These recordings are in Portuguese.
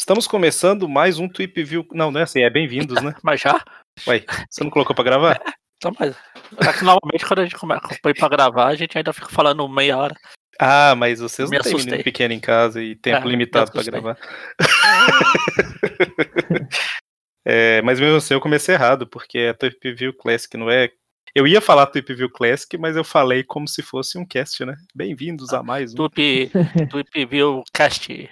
Estamos começando mais um Tweep View. Não, não é assim, é bem-vindos, né? Mas já? Ué, você não colocou pra gravar? Então, mas é que normalmente quando a gente põe pra gravar, a gente ainda fica falando meia hora. Ah, mas vocês Me não têm menino assustei. pequeno em casa e tempo limitado pra assustei. gravar. Mas mesmo assim eu comecei errado, porque é Tweep View Classic, não é? Eu ia falar Tweep View Classic, mas eu falei como se fosse um cast, né? Bem-vindos a mais um. Tweep View Cast.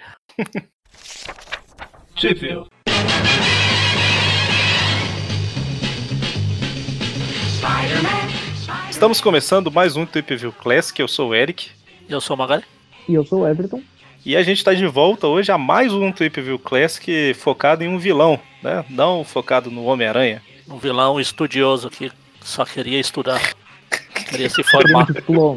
Tweep View. Estamos começando mais um Tweep View Classic, eu sou o Eric. Eu sou o Magali. E eu sou o Everton. E a gente está de volta hoje a mais um Tweep View Classic focado em um vilão, né? Não focado no Homem-Aranha. Um vilão estudioso que só queria estudar. Queria se formar.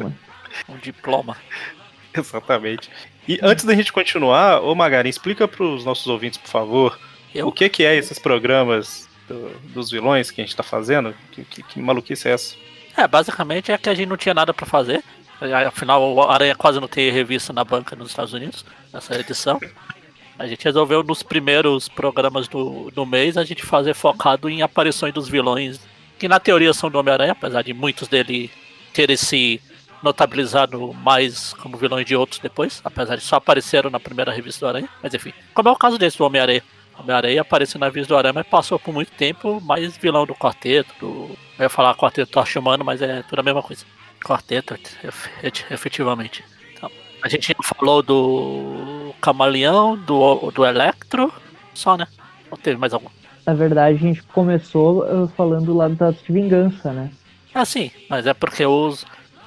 Um diploma. Exatamente. E antes da gente continuar, ô Magari, explica para os nossos ouvintes, por favor, o que é esses programas dos vilões que a gente está fazendo? Que maluquice é essa? Basicamente é que a gente não tinha nada para fazer. Afinal, o Aranha quase não tem revista na banca nos Estados Unidos, nessa edição. A gente resolveu, nos primeiros programas do mês, a gente fazer focado em aparições dos vilões, que na teoria são do Homem-Aranha, apesar de muitos dele terem se notabilizado mais como vilões de outros depois, apesar de só apareceram na primeira revista do Aranha. Mas enfim, como é o caso desse do Homem-Aranha. O Homem-Aranha apareceu na revista do Aranha, mas passou por muito tempo mais vilão do quarteto, eu ia falar quarteto Tocha Humano, mas é tudo a mesma coisa. Quarteto, efetivamente. Então, a gente falou do Camaleão, do Electro, só, né? Ou teve mais algum? Na verdade, a gente começou falando lá do Atos de Vingança, né? Sim, mas é porque os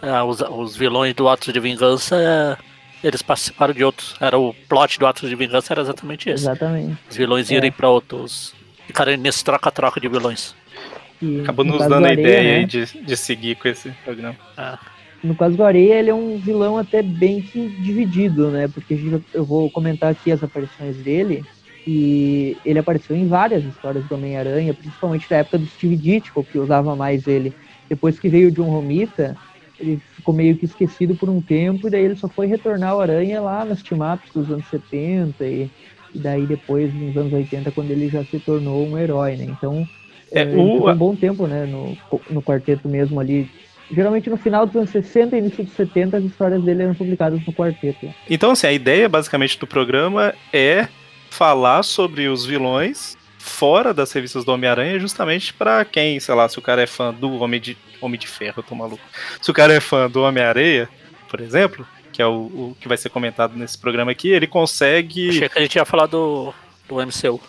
vilões do Atos de Vingança, eles participaram de outros. Era o plot do Atos de Vingança, era exatamente esse. Exatamente. Os vilões irem pra outros, ficarem nesse troca-troca de vilões. Acabou nos dando a ideia, né, de seguir com esse programa. No caso do Areia, ele é um vilão até bem que dividido, né? Porque eu vou comentar aqui as aparições dele. E ele apareceu em várias histórias do Homem-Aranha, principalmente na época do Steve Ditko, que usava mais ele. Depois que veio o John Romita, ele ficou meio que esquecido por um tempo, e daí ele só foi retornar ao Aranha lá nas team-ups dos anos 70, e daí depois, nos anos 80, quando ele já se tornou um herói, né? Então, ele ficou um bom tempo, né, no quarteto mesmo ali. Geralmente no final dos anos 60 e início dos 70, as histórias dele eram publicadas no quarteto. Então, assim, a ideia basicamente do programa é falar sobre os vilões fora das revistas do Homem-Aranha, justamente pra quem, sei lá, se o cara é fã do Homem de Ferro, eu tô maluco. Se o cara é fã do Homem-Aranha, por exemplo, que é o que vai ser comentado nesse programa aqui, ele consegue... Achei que a gente ia falar do MCU.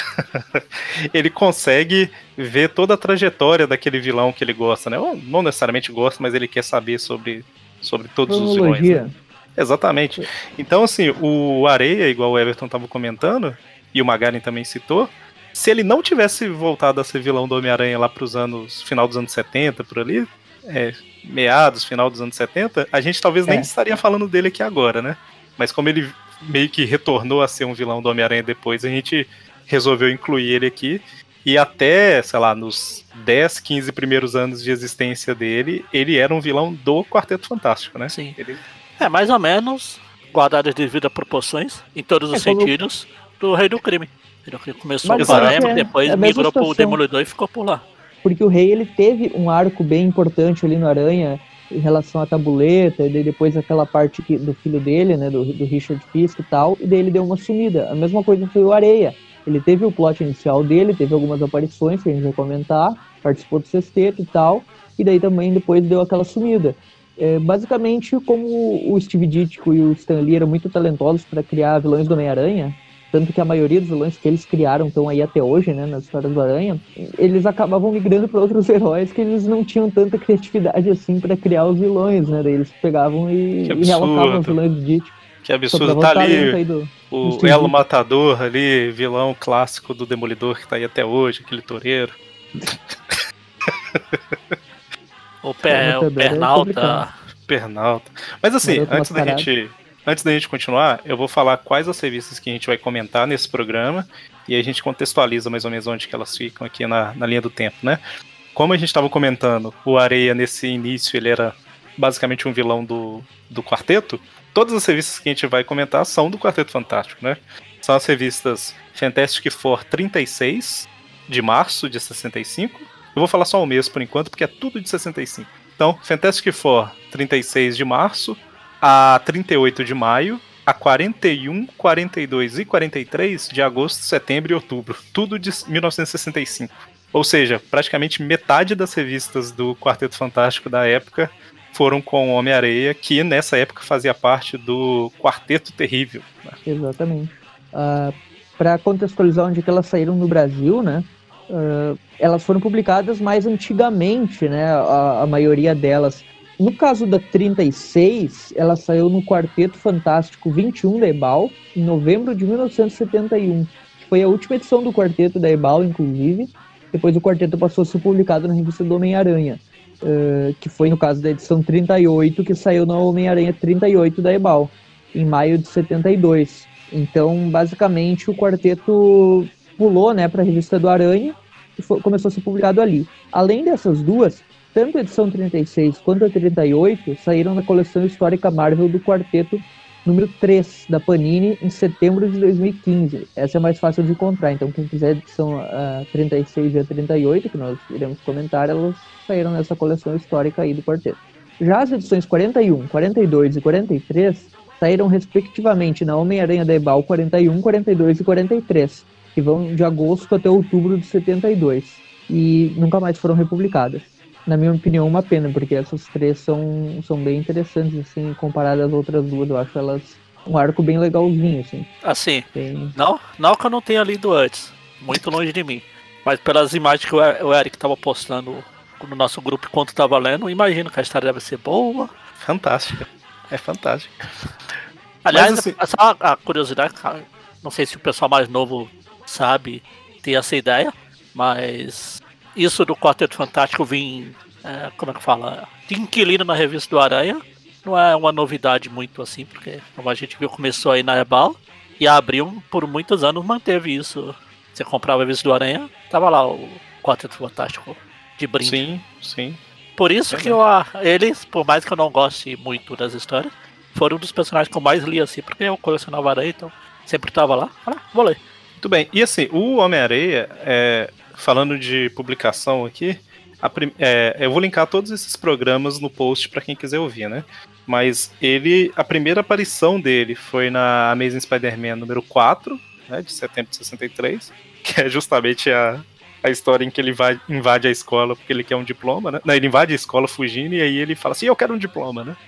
Ele consegue ver toda a trajetória daquele vilão que ele gosta, né? Ou não necessariamente gosta, mas ele quer saber sobre todos os vilões, né? Exatamente. Então, assim, o Areia, igual o Everton estava comentando, e o Magaren também citou, se ele não tivesse voltado a ser vilão do Homem-Aranha lá pros final dos anos 70, por ali, final dos anos 70, a gente talvez nem estaria falando dele aqui agora, né? Mas como ele meio que retornou a ser um vilão do Homem-Aranha depois, a gente resolveu incluir ele aqui. E até, sei lá, nos 10, 15 primeiros anos de existência dele, ele era um vilão do Quarteto Fantástico, né? Sim. Mais ou menos, guardado as devidas proporções, em todos os sentidos, do Rei do Crime. Ele começou com o Aranha, depois migrou pro Demolidor e ficou por lá. Porque o Rei, ele teve um arco bem importante ali no Aranha, em relação à tabuleta, e daí depois aquela parte do filho dele, né, do Richard Fisk e tal, e daí ele deu uma sumida. A mesma coisa foi o Areia. Ele teve o plot inicial dele, teve algumas aparições que a gente vai comentar, participou do sexteto e tal, e daí também depois deu aquela sumida. Basicamente, como o Steve Ditko e o Stan Lee eram muito talentosos para criar vilões do Homem-Aranha, tanto que a maioria dos vilões que eles criaram estão aí até hoje, né, nas histórias do Aranha, eles acabavam migrando para outros heróis que eles não tinham tanta criatividade assim para criar os vilões, né? Daí eles pegavam e realocavam os vilões do Ditko. Que absurdo, tá ali o Elo Matador ali, vilão clássico do Demolidor que tá aí até hoje, aquele toureiro. O Pernalta. Mas assim, antes da gente continuar, eu vou falar quais as revistas que a gente vai comentar nesse programa e a gente contextualiza mais ou menos onde que elas ficam aqui na linha do tempo, né? Como a gente estava comentando, o Areia nesse início ele era basicamente um vilão do quarteto. Todas as revistas que a gente vai comentar são do Quarteto Fantástico, né? são as revistas Fantastic Four 36, de março de 65. Eu vou falar só o mês por enquanto, porque é tudo de 65. Então, Fantastic Four 36 de março, a 38 de maio, a 41, 42 e 43 de agosto, setembro e outubro. Tudo de 1965. Ou seja, praticamente metade das revistas do Quarteto Fantástico da época foram com o Homem-Areia, que nessa época fazia parte do Quarteto Terrível. Né? Exatamente. Para contextualizar onde que elas saíram no Brasil, né? Elas foram publicadas mais antigamente, né? A maioria delas. No caso da 36, ela saiu no Quarteto Fantástico 21 da Ebal, em novembro de 1971. Foi a última edição do Quarteto da Ebal, inclusive. Depois o Quarteto passou a ser publicado na revista do Homem-Aranha, que foi no caso da edição 38, que saiu na Homem-Aranha 38 da Ebal, em maio de 72. Então, basicamente, o Quarteto pulou, né, para a revista do Aranha e começou a ser publicado ali. Além dessas duas, tanto a edição 36 quanto a 38 saíram na coleção histórica Marvel do Quarteto número 3 da Panini em setembro de 2015. Essa é mais fácil de encontrar, então quem quiser a edição 36 e a 38, que nós iremos comentar, elas saíram nessa coleção histórica aí do Quarteto. Já as edições 41, 42 e 43 saíram respectivamente na Homem-Aranha da Ebal 41, 42 e 43, que vão de agosto até outubro de 72, e nunca mais foram republicadas. Na minha opinião, uma pena, porque essas três são bem interessantes, assim, comparadas às outras duas. Eu acho elas um arco bem legalzinho, assim. Assim, não que eu não tenha lido antes, muito longe de mim, mas pelas imagens que o Eric tava postando no nosso grupo enquanto tava lendo, imagino que a história deve ser boa. Fantástica, é fantástica. Aliás, mas, assim, só a curiosidade, não sei se o pessoal mais novo sabe, tem essa ideia, mas isso do Quarteto Fantástico vir, como é que fala, de inquilino na revista do Aranha, não é uma novidade muito assim, porque como a gente viu, começou aí na Ebal, e a Abril por muitos anos manteve isso. Você comprava a revista do Aranha, tava lá o Quarteto Fantástico de brinde. Sim, sim. Por isso que eles, por mais que eu não goste muito das histórias, foram um dos personagens que eu mais li assim, porque eu colecionava Aranha, então sempre tava lá, vou ler. Muito bem, e assim, o Homem-Aranha, falando de publicação aqui, eu vou linkar todos esses programas no post para quem quiser ouvir, né? Mas a primeira aparição dele foi na Amazing Spider-Man número 4, né, de setembro de 63, que é justamente a história em que ele invade a escola porque ele quer um diploma, né? Não, ele invade a escola fugindo e aí ele fala assim, eu quero um diploma, né?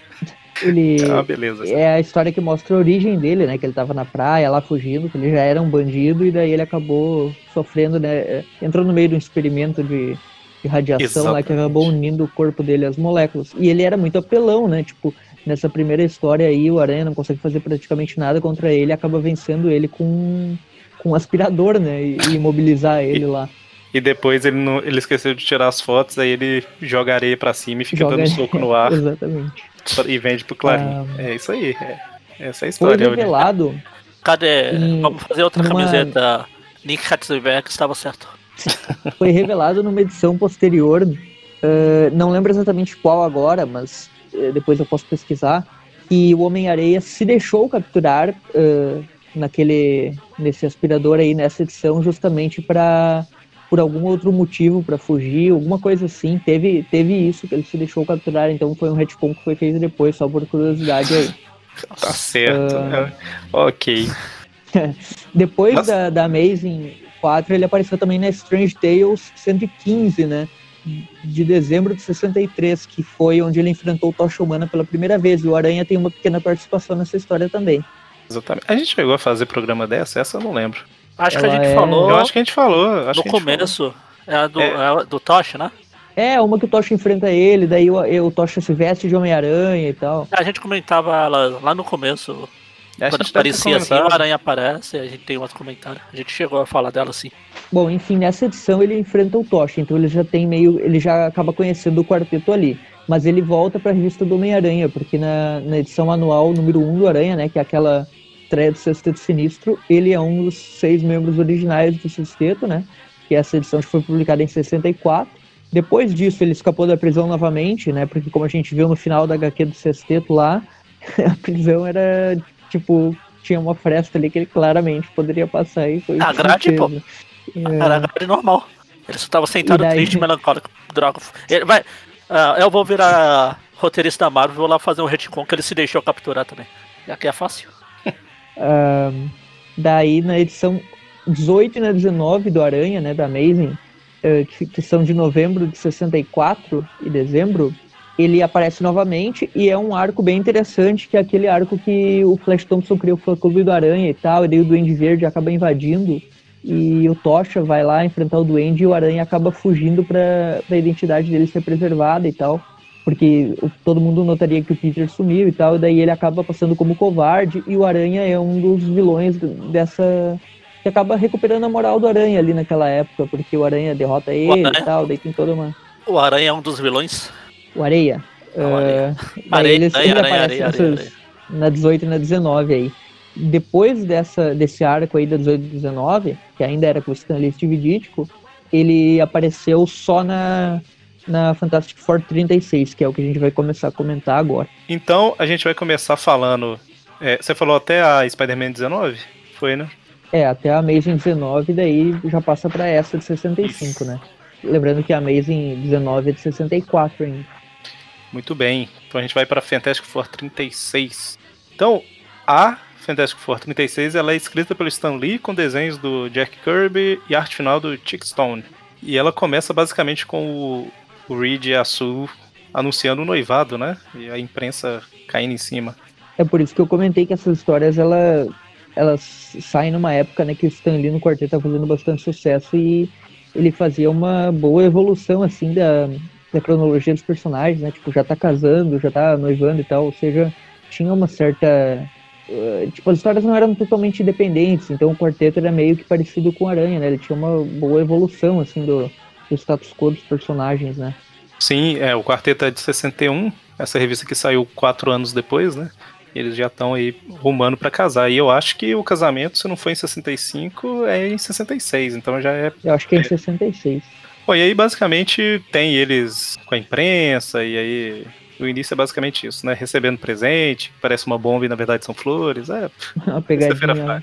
Beleza. É a história que mostra a origem dele, né? Que ele tava na praia lá fugindo, que ele já era um bandido e daí ele acabou sofrendo, né? Entrou no meio de um experimento de radiação lá que acabou unindo o corpo dele às moléculas. E ele era muito apelão, né? Tipo, nessa primeira história aí, o Aranha não consegue fazer praticamente nada contra ele, acaba vencendo ele com um aspirador, né? E imobilizar ele lá. E depois ele esqueceu de tirar as fotos, aí ele joga areia pra cima e fica dando soco no ar. Exatamente. E vende pro Clarim. É isso aí. Essa é a história. Foi revelado. Cadê? Vamos fazer outra camiseta. Nick Katzenberg estava certo. Foi revelado numa edição posterior. Não lembro exatamente qual agora, mas depois eu posso pesquisar. Que o Homem-Areia se deixou capturar nesse aspirador aí, nessa edição, justamente por algum outro motivo para fugir, alguma coisa assim. Teve isso, que ele se deixou capturar, então foi um retcon que foi feito depois, só por curiosidade aí. Tá certo. Ok. Depois da Amazing 4, ele apareceu também na Strange Tales 115, né? De dezembro de 63, que foi onde ele enfrentou o Tocha Humana pela primeira vez. E o Aranha tem uma pequena participação nessa história também. Exatamente. A gente chegou a fazer programa dessa? Essa eu não lembro. Acho que a gente falou. Eu acho que a gente falou. No começo. É a do Tocha, né? É, uma que o Tocha enfrenta ele, daí o Tocha se veste de Homem-Aranha e tal. A gente comentava ela lá no começo. Quando aparecia assim, o Aranha aparece, a gente tem outro comentário. A gente chegou a falar dela assim. Bom, enfim, nessa edição ele enfrenta o Tocha, então ele já acaba conhecendo o quarteto ali. Mas ele volta pra revista do Homem-Aranha, porque na edição anual número 1 do Aranha, né, que é aquela estreia do Sexteto Sinistro, ele é um dos 6 membros originais do Sexteto, né, que essa edição foi publicada em 64. Depois disso ele escapou da prisão novamente, né, porque como a gente viu no final da HQ do Sexteto lá, a prisão era, tipo, tinha uma fresta ali que ele claramente poderia passar e foi. A grade, pô. Era a grade normal. Ele só tava sentado triste, melancólico. Droga. Ele vai. Eu vou virar roteirista da Marvel e vou lá fazer um retcon que ele se deixou capturar também. Já que é fácil. Daí na edição 18 e na 19 do Aranha, né, da Amazing, que são de novembro de 64 e dezembro, ele aparece novamente e é um arco bem interessante, que é aquele arco que o Flash Thompson cria o fã-clube do Aranha e tal, e daí o Duende Verde acaba invadindo e o Tocha vai lá enfrentar o Duende e o Aranha acaba fugindo para a identidade dele ser preservada e tal, porque todo mundo notaria que o Peter sumiu e tal, e daí ele acaba passando como covarde e o Aranha é um dos vilões dessa... que acaba recuperando a moral do Aranha ali naquela época, porque o Aranha derrota ele e tal, daí tem toda uma... O Aranha é um dos vilões? O Areia. Ele aparece na 18 e na 19 aí. Depois desse arco aí da 18 e 19, que ainda era com o Stan Lee e Steve Ditko, ele apareceu só na Fantastic Four 36, que é o que a gente vai começar a comentar agora. Então, a gente vai começar falando... você falou até a Spider-Man 19? Foi, né? Até a Amazing 19, daí já passa pra essa de 65, isso, né? Lembrando que a Amazing 19 é de 64 ainda. Muito bem. Então a gente vai para Fantastic Four 36. Então, a Fantastic Four 36 ela é escrita pelo Stan Lee com desenhos do Jack Kirby e arte final do Chick Stone. E ela começa basicamente com o Reed e a Sue anunciando o noivado, né? E a imprensa caindo em cima. É por isso que eu comentei que essas histórias elas saem numa época, né, que o Stan Lee no quarteto tá fazendo bastante sucesso e ele fazia uma boa evolução, assim, da cronologia dos personagens, né, tipo, já tá casando, já tá noivando e tal, ou seja, tinha uma certa... tipo, as histórias não eram totalmente independentes, então o quarteto era meio que parecido com o Aranha, né, ele tinha uma boa evolução, assim, do status quo dos personagens, né. Sim, o quarteto é de 61, essa revista que saiu 4 anos depois, né, eles já estão aí rumando para casar. E eu acho que o casamento, se não foi em 65, é em 66. Então já é... Eu acho que é em 66. Bom, e aí basicamente tem eles com a imprensa, e aí o início é basicamente isso, né? Recebendo presente, parece uma bomba e na verdade são flores. Uma pegadinha.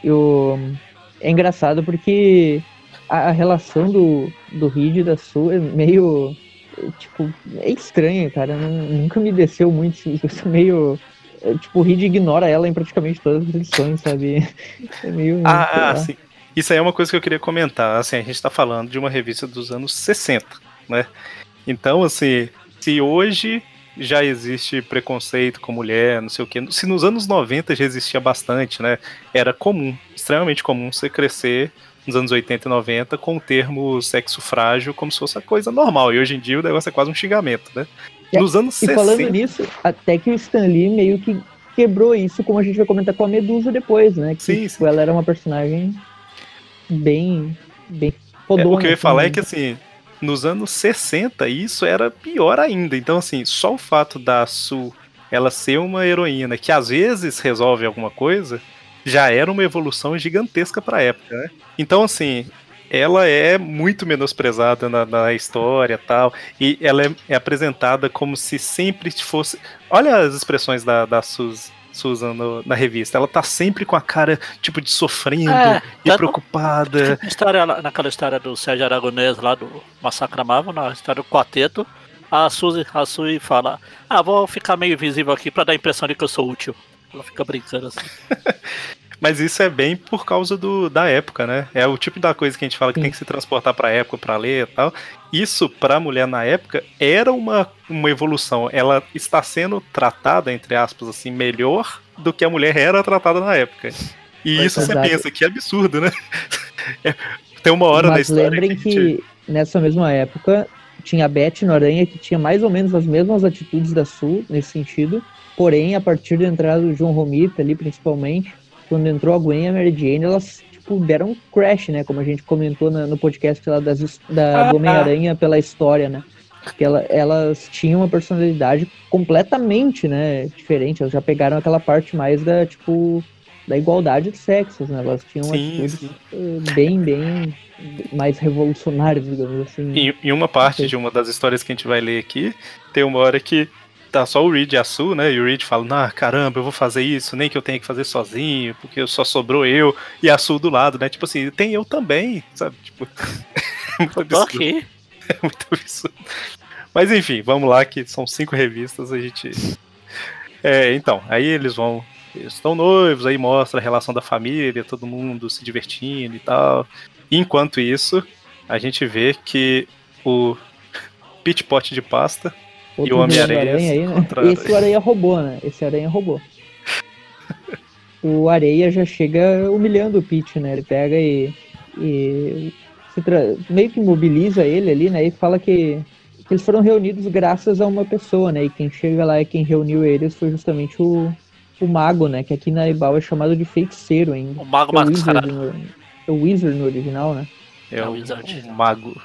É engraçado porque a relação do Reed e da Sue é meio... tipo, é estranha, cara. Nunca me desceu muito isso, meio... tipo, o Reed ignora ela em praticamente todas as edições, sabe? É meio... sim. Isso aí é uma coisa que eu queria comentar. Assim, a gente tá falando de uma revista dos anos 60, né? Então, assim, se hoje já existe preconceito com mulher, não sei o quê, se nos anos 90 já existia bastante, né? Era comum, extremamente comum você crescer nos anos 80 e 90 com o termo sexo frágil como se fosse a coisa normal. E hoje em dia o negócio é quase um xingamento, né? Nos anos 60... E falando nisso, até que o Stan Lee meio que quebrou isso, como a gente vai comentar com a Medusa depois, né? Que, sim. Ela era uma personagem bem fodona. O que eu ia falar é que, assim, nos anos 60 isso era pior ainda. Então, assim, só o fato da Sue ela ser uma heroína que às vezes resolve alguma coisa, já era uma evolução gigantesca pra época, né? Então, assim... ela é muito menosprezada na história e tal, e ela é apresentada como se sempre fosse... Olha as expressões da Susan na revista, ela tá sempre com a cara, tipo, de sofrendo e preocupada. Naquela história do Sérgio Aragonês, lá do Massacre Marvel, na história do quarteto, a Sue fala, vou ficar meio invisível aqui pra dar a impressão de que eu sou útil. Ela fica brincando assim. Mas isso é bem por causa da época, né? É o tipo da coisa que a gente fala que tem que se transportar pra época pra ler e tal. Isso, pra mulher na época, era uma evolução. Ela está sendo tratada, entre aspas, assim, melhor do que a mulher era tratada na época. E isso você pensa, que absurdo, né? Tem uma hora na história... Mas lembrem que nessa mesma época tinha a Beth no Aranha, que tinha mais ou menos as mesmas atitudes da Sue, nesse sentido. Porém, a partir da entrada do John Romita ali, principalmente... quando entrou a Gwen e a Mary Jane, elas tipo, deram um crash, né? Como a gente comentou no podcast lá do Homem-Aranha pela história, né? Porque elas tinham uma personalidade completamente, né, diferente. Elas já pegaram aquela parte mais da igualdade de sexos, né? Elas tinham atitudes bem mais revolucionárias, digamos assim. E uma parte de uma das histórias que a gente vai ler aqui, tem uma hora que tá só o Reed e a Sue, né? E o Reed fala, caramba, eu vou fazer isso, nem que eu tenha que fazer sozinho, porque só sobrou eu e a Sue do lado, né? Tipo assim, tem eu também, sabe? Tipo, é muito absurdo. Ok. É muito absurdo. Mas enfim, vamos lá, que são 5 revistas, a gente... então, aí eles estão noivos, aí mostra a relação da família, todo mundo se divertindo e tal. E enquanto isso, a gente vê que o Pit Pot de Pasta outro e o Homem-Aranha aí, né? Esse o Aranha roubou, né? Esse Aranha roubou. O Areia já chega humilhando o Pete, né? Ele pega e meio que mobiliza ele ali, né? E fala que eles foram reunidos graças a uma pessoa, né? E quem chega lá e quem reuniu eles foi justamente o Mago, né? Que aqui na Ebal é chamado de feiticeiro ainda. O Mago mascarado. É o Wizard no original, né? É o Mago.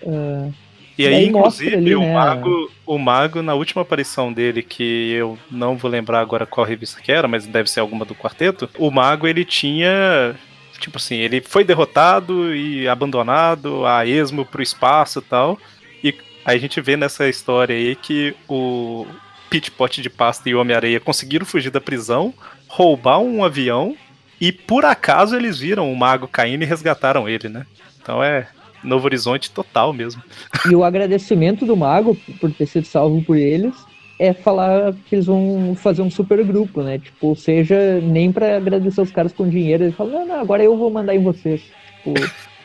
E aí, inclusive, ali, o Mago, na última aparição dele, que eu não vou lembrar agora qual revista que era, mas deve ser alguma do quarteto, o Mago, ele tinha... Tipo assim, ele foi derrotado e abandonado a esmo pro espaço e tal. E aí a gente vê nessa história aí que o Pit Pot de Pasta e o Homem-Aranha conseguiram fugir da prisão, roubar um avião e por acaso eles viram o Mago caindo e resgataram ele, né? Então é Novo Horizonte total mesmo. E o agradecimento do Mago por ter sido salvo por eles é falar que eles vão fazer um super grupo, né? Tipo, ou seja, nem pra agradecer os caras com dinheiro, eles falam, não, agora eu vou mandar em vocês. Tipo...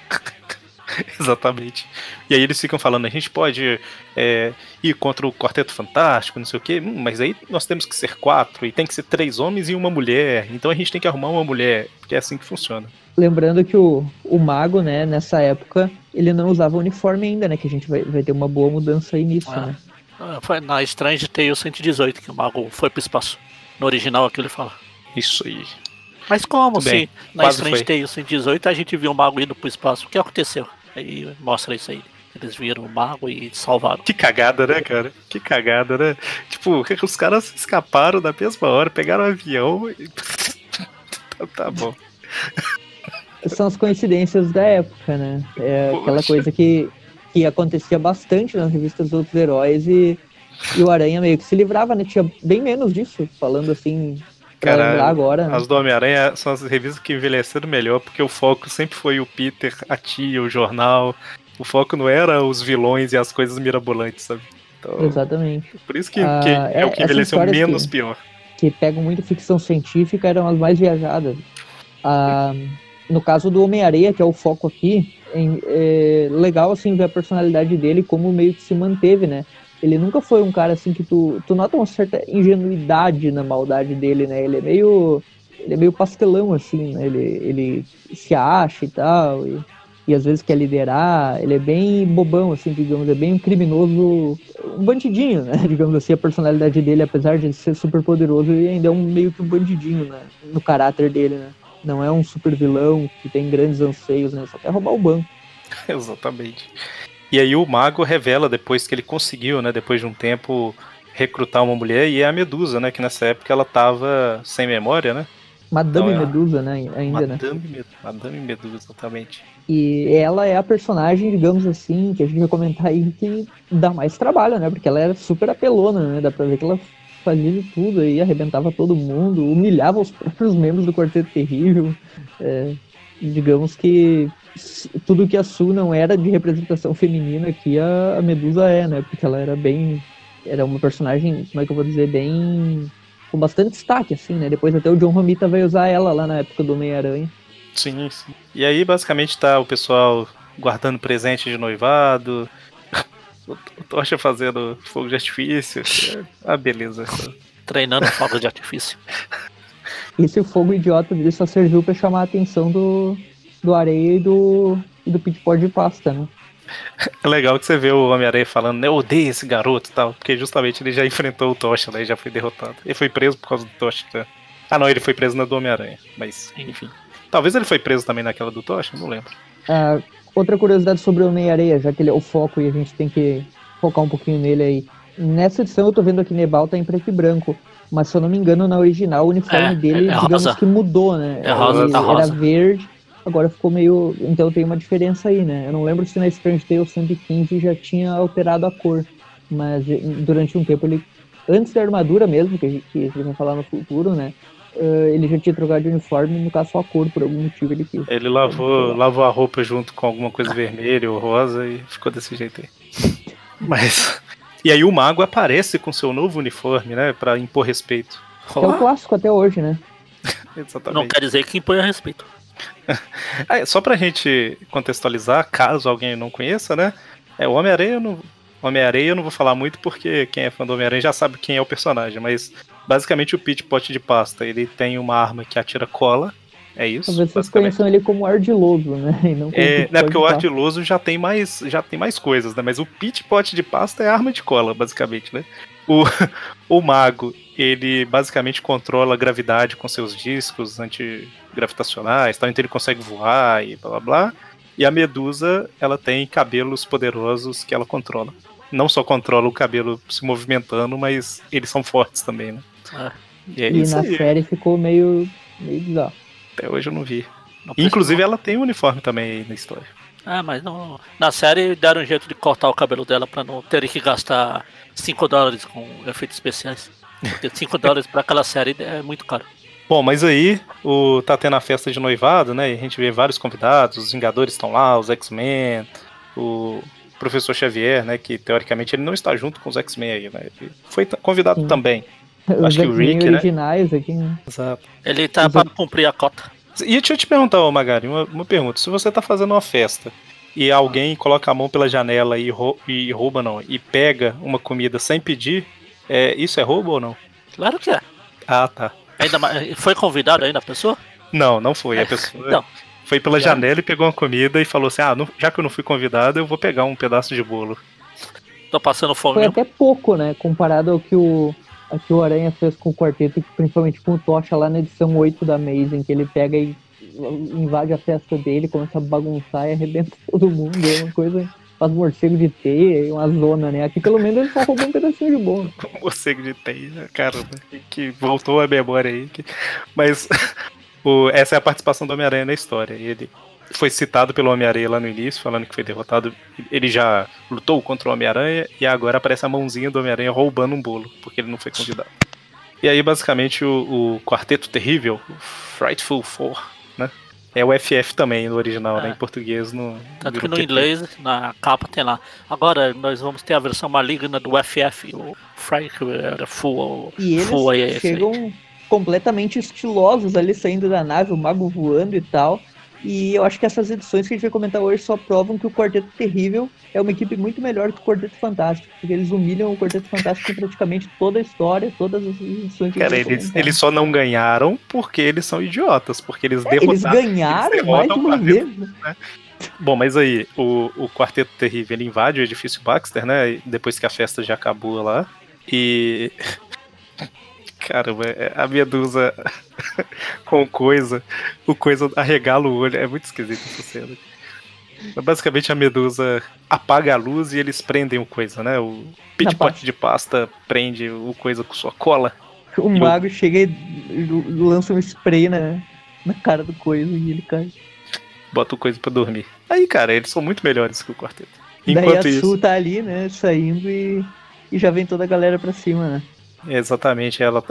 Exatamente. E aí eles ficam falando, a gente pode ir contra o Quarteto Fantástico, não sei o quê, mas aí nós temos que ser 4, e tem que ser 3 homens e uma mulher, então a gente tem que arrumar uma mulher, porque é assim que funciona. Lembrando que o Mago, né, nessa época, ele não usava uniforme ainda, né, que a gente vai ter uma boa mudança aí nisso, né. Foi na Strange Tale 118 que o Mago foi pro espaço. No original aquilo ele fala. Isso aí. Mas como Muito se bem. na Quase Strange foi. Tale 118 a gente viu o Mago indo pro espaço? O que aconteceu? Aí mostra isso aí. Eles viram o Mago e salvaram. Que cagada, né, cara? Que cagada, né? Tipo, os caras escaparam da mesma hora, pegaram o avião e... tá bom. São as coincidências da época, né? É aquela coisa que acontecia bastante nas revistas dos outros heróis e o Aranha meio que se livrava, né? Tinha bem menos disso, falando assim, pra lembrar agora. As né? do Homem-Aranha são as revistas que envelheceram melhor, porque o foco sempre foi o Peter, a tia, o jornal. O foco não era os vilões e as coisas mirabolantes, sabe? Então, exatamente. Por isso que é o que envelheceu menos pior. Que pegam muito ficção científica eram as mais viajadas. No caso do Homem-Aranha, que é o foco aqui, é legal assim ver a personalidade dele como meio que se manteve, né? Ele nunca foi um cara assim que tu nota uma certa ingenuidade na maldade dele, né? Ele é meio pastelão assim, né? Ele se acha e tal, e às vezes quer liderar. Ele é bem bobão assim, digamos, é bem um criminoso, um bandidinho, né? Digamos assim, a personalidade dele, apesar de ser super poderoso, ele ainda é meio que um bandidinho, né? No caráter dele, né? Não é um super vilão que tem grandes anseios, né? Só quer roubar o banco. Exatamente. E aí o Mago revela depois que ele conseguiu, né? Depois de um tempo, recrutar uma mulher, e é a Medusa, né? Que nessa época ela tava sem memória, né? Madame Medusa, né? Ainda, Madame Medusa, exatamente. E ela é a personagem, digamos assim, que a gente vai comentar aí, que dá mais trabalho, né? Porque ela era super apelona, né? Dá pra ver que ela fazia de tudo aí, arrebentava todo mundo, humilhava os próprios membros do Quarteto Terrível. Digamos que tudo que a Sue não era de representação feminina aqui, a Medusa né? Porque ela era uma personagem, como é que eu vou dizer, bem... com bastante destaque, assim, né? Depois até o John Romita vai usar ela lá na época do Homem-Aranha. Sim. E aí basicamente tá o pessoal guardando presente de noivado... O Tocha fazendo fogo de artifício. Beleza. Treinando fogo de artifício. Esse fogo idiota dele só serviu pra chamar a atenção do Areia e do Pit Pot de Pasta, né? É legal que você vê o Homem-Aranha falando, eu odeio esse garoto e tal, porque justamente ele já enfrentou o Tocha, né, e já foi derrotado. Ele foi preso por causa do Tocha. Tá? Não, ele foi preso na do Homem-Aranha, mas enfim. Talvez ele foi preso também naquela do Tocha, não lembro. Outra curiosidade sobre o Homem-Aranha, já que ele é o foco e a gente tem que focar um pouquinho nele aí. Nessa edição eu tô vendo aqui Nebal tá em preto e branco, mas se eu não me engano na original o uniforme dele, digamos rosa. Que mudou, né? Era verde, agora ficou meio... Então tem uma diferença aí, né? Eu não lembro se na Strange Tale 115 já tinha alterado a cor, mas durante um tempo ele antes da armadura mesmo, que a gente vai falar no futuro, né? Ele já tinha trocado de uniforme, no caso só a cor, por algum motivo ele quis. Ele lavou a roupa junto com alguma coisa vermelha ou rosa e ficou desse jeito aí. Mas... E aí o mago aparece com seu novo uniforme, né? Pra impor respeito. Que é o clássico até hoje, né? Exatamente. Não quer dizer que impõe respeito. Só pra gente contextualizar, caso alguém não conheça, né? O Homem-Aranha eu não vou falar muito porque quem é fã do Homem-Aranha já sabe quem é o personagem, mas basicamente o Pete Pote de Pasta, ele tem uma arma que atira cola, é isso. Talvez vocês conheçam ele como Ardiloso, né? E não como porque o Ardiloso já tem mais coisas, né? Mas o Pete Pote de Pasta é arma de cola, basicamente, né? O Mago, ele basicamente controla a gravidade com seus discos antigravitacionais, então ele consegue voar e blá blá blá. E a Medusa, ela tem cabelos poderosos que ela controla. Não só controla o cabelo se movimentando, mas eles são fortes também, né? E na série ficou meio bizarro. Até hoje eu não vi. Inclusive ela tem um uniforme também aí na história. Mas não, na série deram um jeito de cortar o cabelo dela pra não ter que gastar $5 com efeitos especiais. Porque $5 pra aquela série é muito caro. Bom, mas aí tá tendo a festa de noivado, né? E a gente vê vários convidados, os Vingadores estão lá, os X-Men, o Professor Xavier, né? Que teoricamente ele não está junto com os X-Men aí, né? Ele foi convidado também. Acho que o Rick, originais, né? Aqui, né? Exato. Ele tá pra cumprir a cota. E deixa eu te perguntar, Magari, uma pergunta. Se você tá fazendo uma festa e alguém coloca a mão pela janela e pega uma comida sem pedir, isso é roubo ou não? Claro que é. Ah, tá. Foi convidado ainda a pessoa? Não foi. A pessoa foi pela janela e pegou uma comida e falou assim, já que eu não fui convidado, eu vou pegar um pedaço de bolo. Tô passando fome. Foi até pouco, né? Comparado ao que o Aranha fez com o quarteto, principalmente com o Tocha lá na edição 8 da Amazing, que ele pega e invade a festa dele, começa a bagunçar e arrebenta todo mundo. É uma coisa... Faz morcego de teia e uma zona, né? Aqui pelo menos ele só roubou um pedacinho de bolo. Morcego de teia, caramba, que voltou a memória aí. Mas essa é a participação do Homem-Aranha na história. Ele foi citado pelo Homem-Aranha lá no início, falando que foi derrotado. Ele já lutou contra o Homem-Aranha e agora aparece a mãozinha do Homem-Aranha roubando um bolo, porque ele não foi convidado. E aí, basicamente, o Quarteto Terrível, o Frightful Four, né? É o FF também no original, né? Em português no. Tanto que no inglês, na capa tem lá. Agora nós vamos ter a versão maligna do FF, o Frightful. E eles chegam completamente estilosos ali, saindo da nave, o mago voando e tal. E eu acho que essas edições que a gente vai comentar hoje só provam que o Quarteto Terrível é uma equipe muito melhor que o Quarteto Fantástico, porque eles humilham o Quarteto Fantástico em praticamente toda a história, todas as edições que eles só não ganharam porque eles são idiotas, porque eles derrotaram. Eles ganharam mais de uma vez, né? Bom, mas aí, o Quarteto Terrível, ele invade o edifício Baxter, né, depois que a festa já acabou lá, e... Caramba, a Medusa com o Coisa arregala o olho, é muito esquisito essa cena. Mas basicamente a Medusa apaga a luz e eles prendem o Coisa, né? O Pete Pote de Pasta prende o Coisa com sua cola. O mago chega e lança um spray na cara do Coisa e ele cai. Bota o Coisa pra dormir. Aí, cara, eles são muito melhores que o quarteto. Daí a Sue tá ali, né, saindo e já vem toda a galera pra cima, né? Exatamente, ela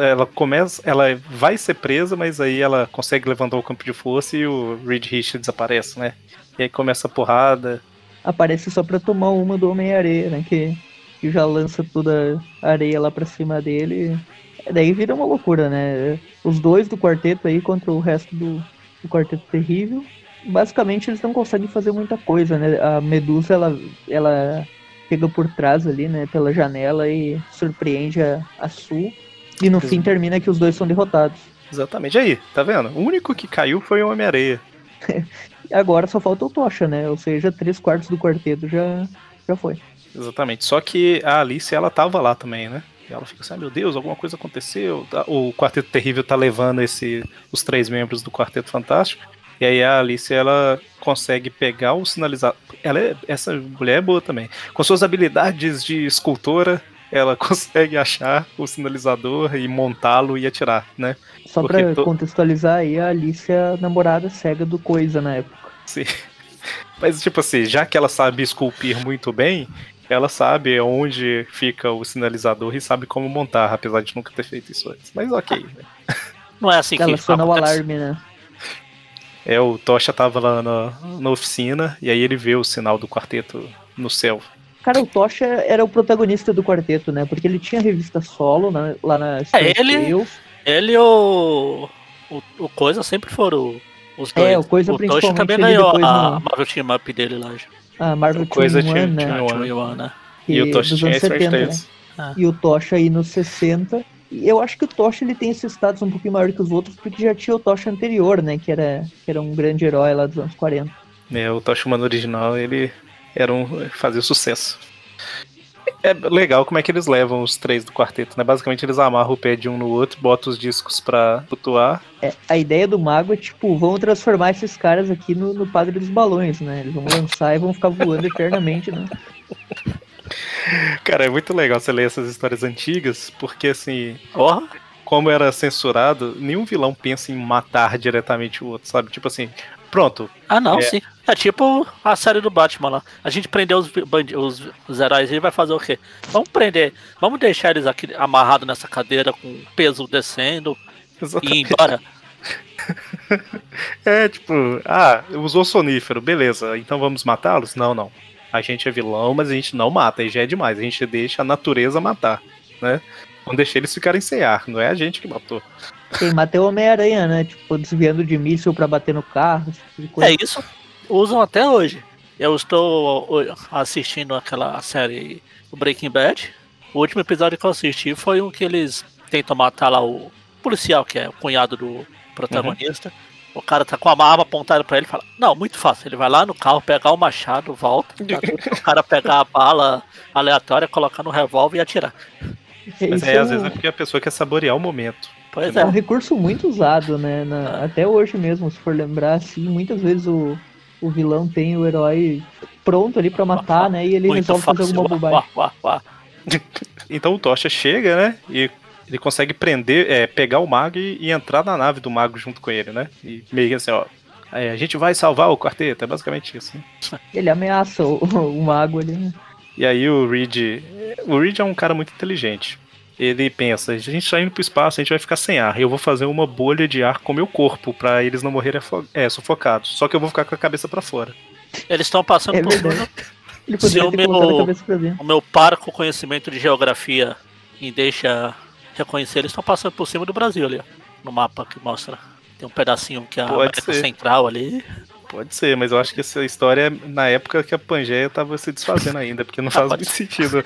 vai ser presa, mas aí ela consegue levantar o campo de força e o Reed Richards aparece, né? E aí começa a porrada. Aparece só pra tomar uma do Homem-Areia, né? Que já lança toda a areia lá pra cima dele. Daí vira uma loucura, né? Os dois do quarteto aí contra o resto do Quarteto Terrível. Basicamente eles não conseguem fazer muita coisa, né? A Medusa, ela chega por trás ali, né, pela janela e surpreende a Sue. E no fim termina que os dois são derrotados. Exatamente. Aí, tá vendo? O único que caiu foi o Homem-Areia. Agora só falta o Tocha, né? Ou seja, 3/4 do quarteto já foi. Exatamente. Só que a Alice, ela tava lá também, né? E ela fica assim, meu Deus, alguma coisa aconteceu. O Quarteto Terrível tá levando os 3 membros do Quarteto Fantástico. E aí a Alice, ela consegue pegar o sinalizador. Essa mulher é boa também. Com suas habilidades de escultora, ela consegue achar o sinalizador e montá-lo e atirar, né? Só pra contextualizar aí, a Alice é a namorada cega do Coisa na época. Sim. Mas tipo assim, já que ela sabe esculpir muito bem, ela sabe onde fica o sinalizador e sabe como montar, apesar de nunca ter feito isso antes. Mas ok. Não é assim que ela aciona o alarme, né? O Tocha tava lá na oficina e aí ele vê o sinal do quarteto no céu. Cara, o Tocha era o protagonista do quarteto, né? Porque ele tinha revista solo lá na Strange Tales. Ele e o Coisa sempre foram os dois. O Coisa principalmente. Tocha também ganhou a Marvel Team Up dele lá. A Marvel Coisa Team One, né? né? E o Tocha tinha 70, né? E o Tocha aí nos 60. E eu acho que o Tocha ele tem esse status um pouquinho maior que os outros, porque já tinha o Tocha anterior, né? Que era um grande herói lá dos anos 40. O Tocha Humano original, ele fazia sucesso. É legal como é que eles levam os três do quarteto, né? Basicamente eles amarram o pé de um no outro, botam os discos pra flutuar. A ideia do mago é tipo, vamos transformar esses caras aqui no Padre dos Balões, né? Eles vão lançar e vão ficar voando eternamente, né? Cara, é muito legal você ler essas histórias antigas, porque assim, como era censurado, nenhum vilão pensa em matar diretamente o outro, sabe? Tipo assim, pronto. Sim. É tipo a série do Batman lá. A gente prendeu os heróis e vai fazer o quê? Vamos deixar eles aqui amarrados nessa cadeira com o peso descendo. Exatamente. E ir embora. Usou sonífero, beleza, então vamos matá-los? Não. A gente é vilão, mas a gente não mata, aí já é demais. A gente deixa a natureza matar, né? Vamos deixar eles ficarem sem ar, não é a gente que matou. Quem mata é o Homem-Aranha, né? Tipo, desviando de míssil pra bater no carro. Tipo de coisa. Isso. Usam até hoje. Eu estou assistindo aquela série do Breaking Bad. O último episódio que eu assisti foi um que eles tentam matar lá o policial, que é o cunhado do protagonista. O cara tá com a arma apontada pra ele e fala, não, muito fácil, ele vai lá no carro, pegar o machado, volta, o cara pegar a bala aleatória, colocar no revólver e atirar. Mas às vezes é porque a pessoa quer saborear o momento. Pois é um recurso muito usado, né? Até hoje mesmo, se for lembrar, assim, muitas vezes o vilão tem o herói pronto ali pra matar, né? E ele resolve fazer alguma bobagem. Então o Tocha chega, né? E ele consegue pegar o mago e entrar na nave do mago junto com ele, né? E meio que assim, a gente vai salvar o quarteto, é basicamente isso. Né? Ele ameaça o mago ali, né? E aí o Reed é um cara muito inteligente. Ele pensa, a gente tá indo pro espaço, a gente vai ficar sem ar. Eu vou fazer uma bolha de ar com o meu corpo pra eles não morrerem sufocados. Só que eu vou ficar com a cabeça pra fora. Eles estão passando por cima. Ele poderia ter colocado a cabeça pra dentro. O meu parco conhecimento de geografia me deixa reconhecer, eles estão passando por cima do Brasil ali, ó, no mapa que mostra. Tem um pedacinho que é a América Central ali. Pode ser, mas eu acho que essa história é na época que a Pangeia tava se desfazendo ainda, porque não faz muito sentido.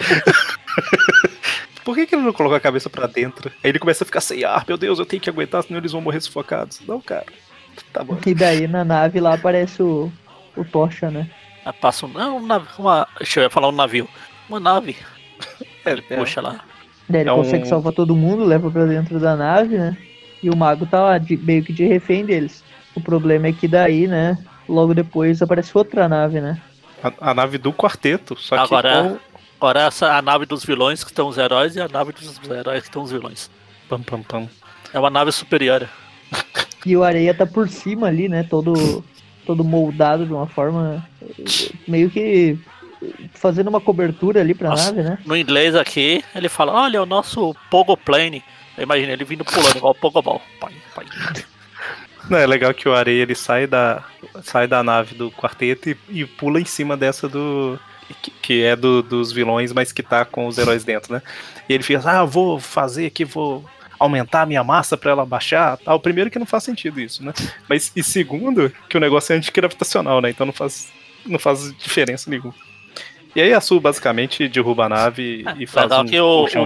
Por que ele não colocou a cabeça pra dentro? Aí ele começa a ficar sem ar, meu Deus, eu tenho que aguentar, senão eles vão morrer sufocados. Não, cara. Tá bom. E daí na nave lá aparece o Tocha, né? Passa deixa eu falar um navio. Uma nave. Ele puxa lá. Daí ele consegue salvar todo mundo, leva pra dentro da nave, né? E o mago tá lá, meio que de refém deles. O problema é que daí, né, logo depois aparece outra nave, né? A nave do quarteto, só que agora essa é a nave dos vilões que estão os heróis e a nave dos heróis que estão os vilões. Pam, pam, pam. É uma nave superior. E o Areia tá por cima ali, né, todo moldado de uma forma meio que fazendo uma cobertura ali pra nave, né? No inglês aqui, ele fala, olha, o nosso Pogoplane. Eu imagino ele vindo pulando igual o Pogoball. Pai. Não, é legal que o Areia ele sai da nave do quarteto e pula em cima dessa que é dos vilões, mas que tá com os heróis dentro, né? E ele fica, vou fazer aqui, vou aumentar a minha massa pra ela baixar, tal. Primeiro que não faz sentido isso, né? Mas e segundo, que o negócio é antigravitacional, né? Então não faz diferença nenhuma. E aí a Sul basicamente derruba a nave e faz legal que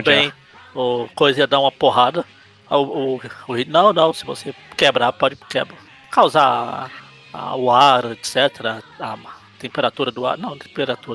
o Coisa ia dar uma porrada. Não, se você quebrar, pode causar o ar, etc. A temperatura do ar. Não,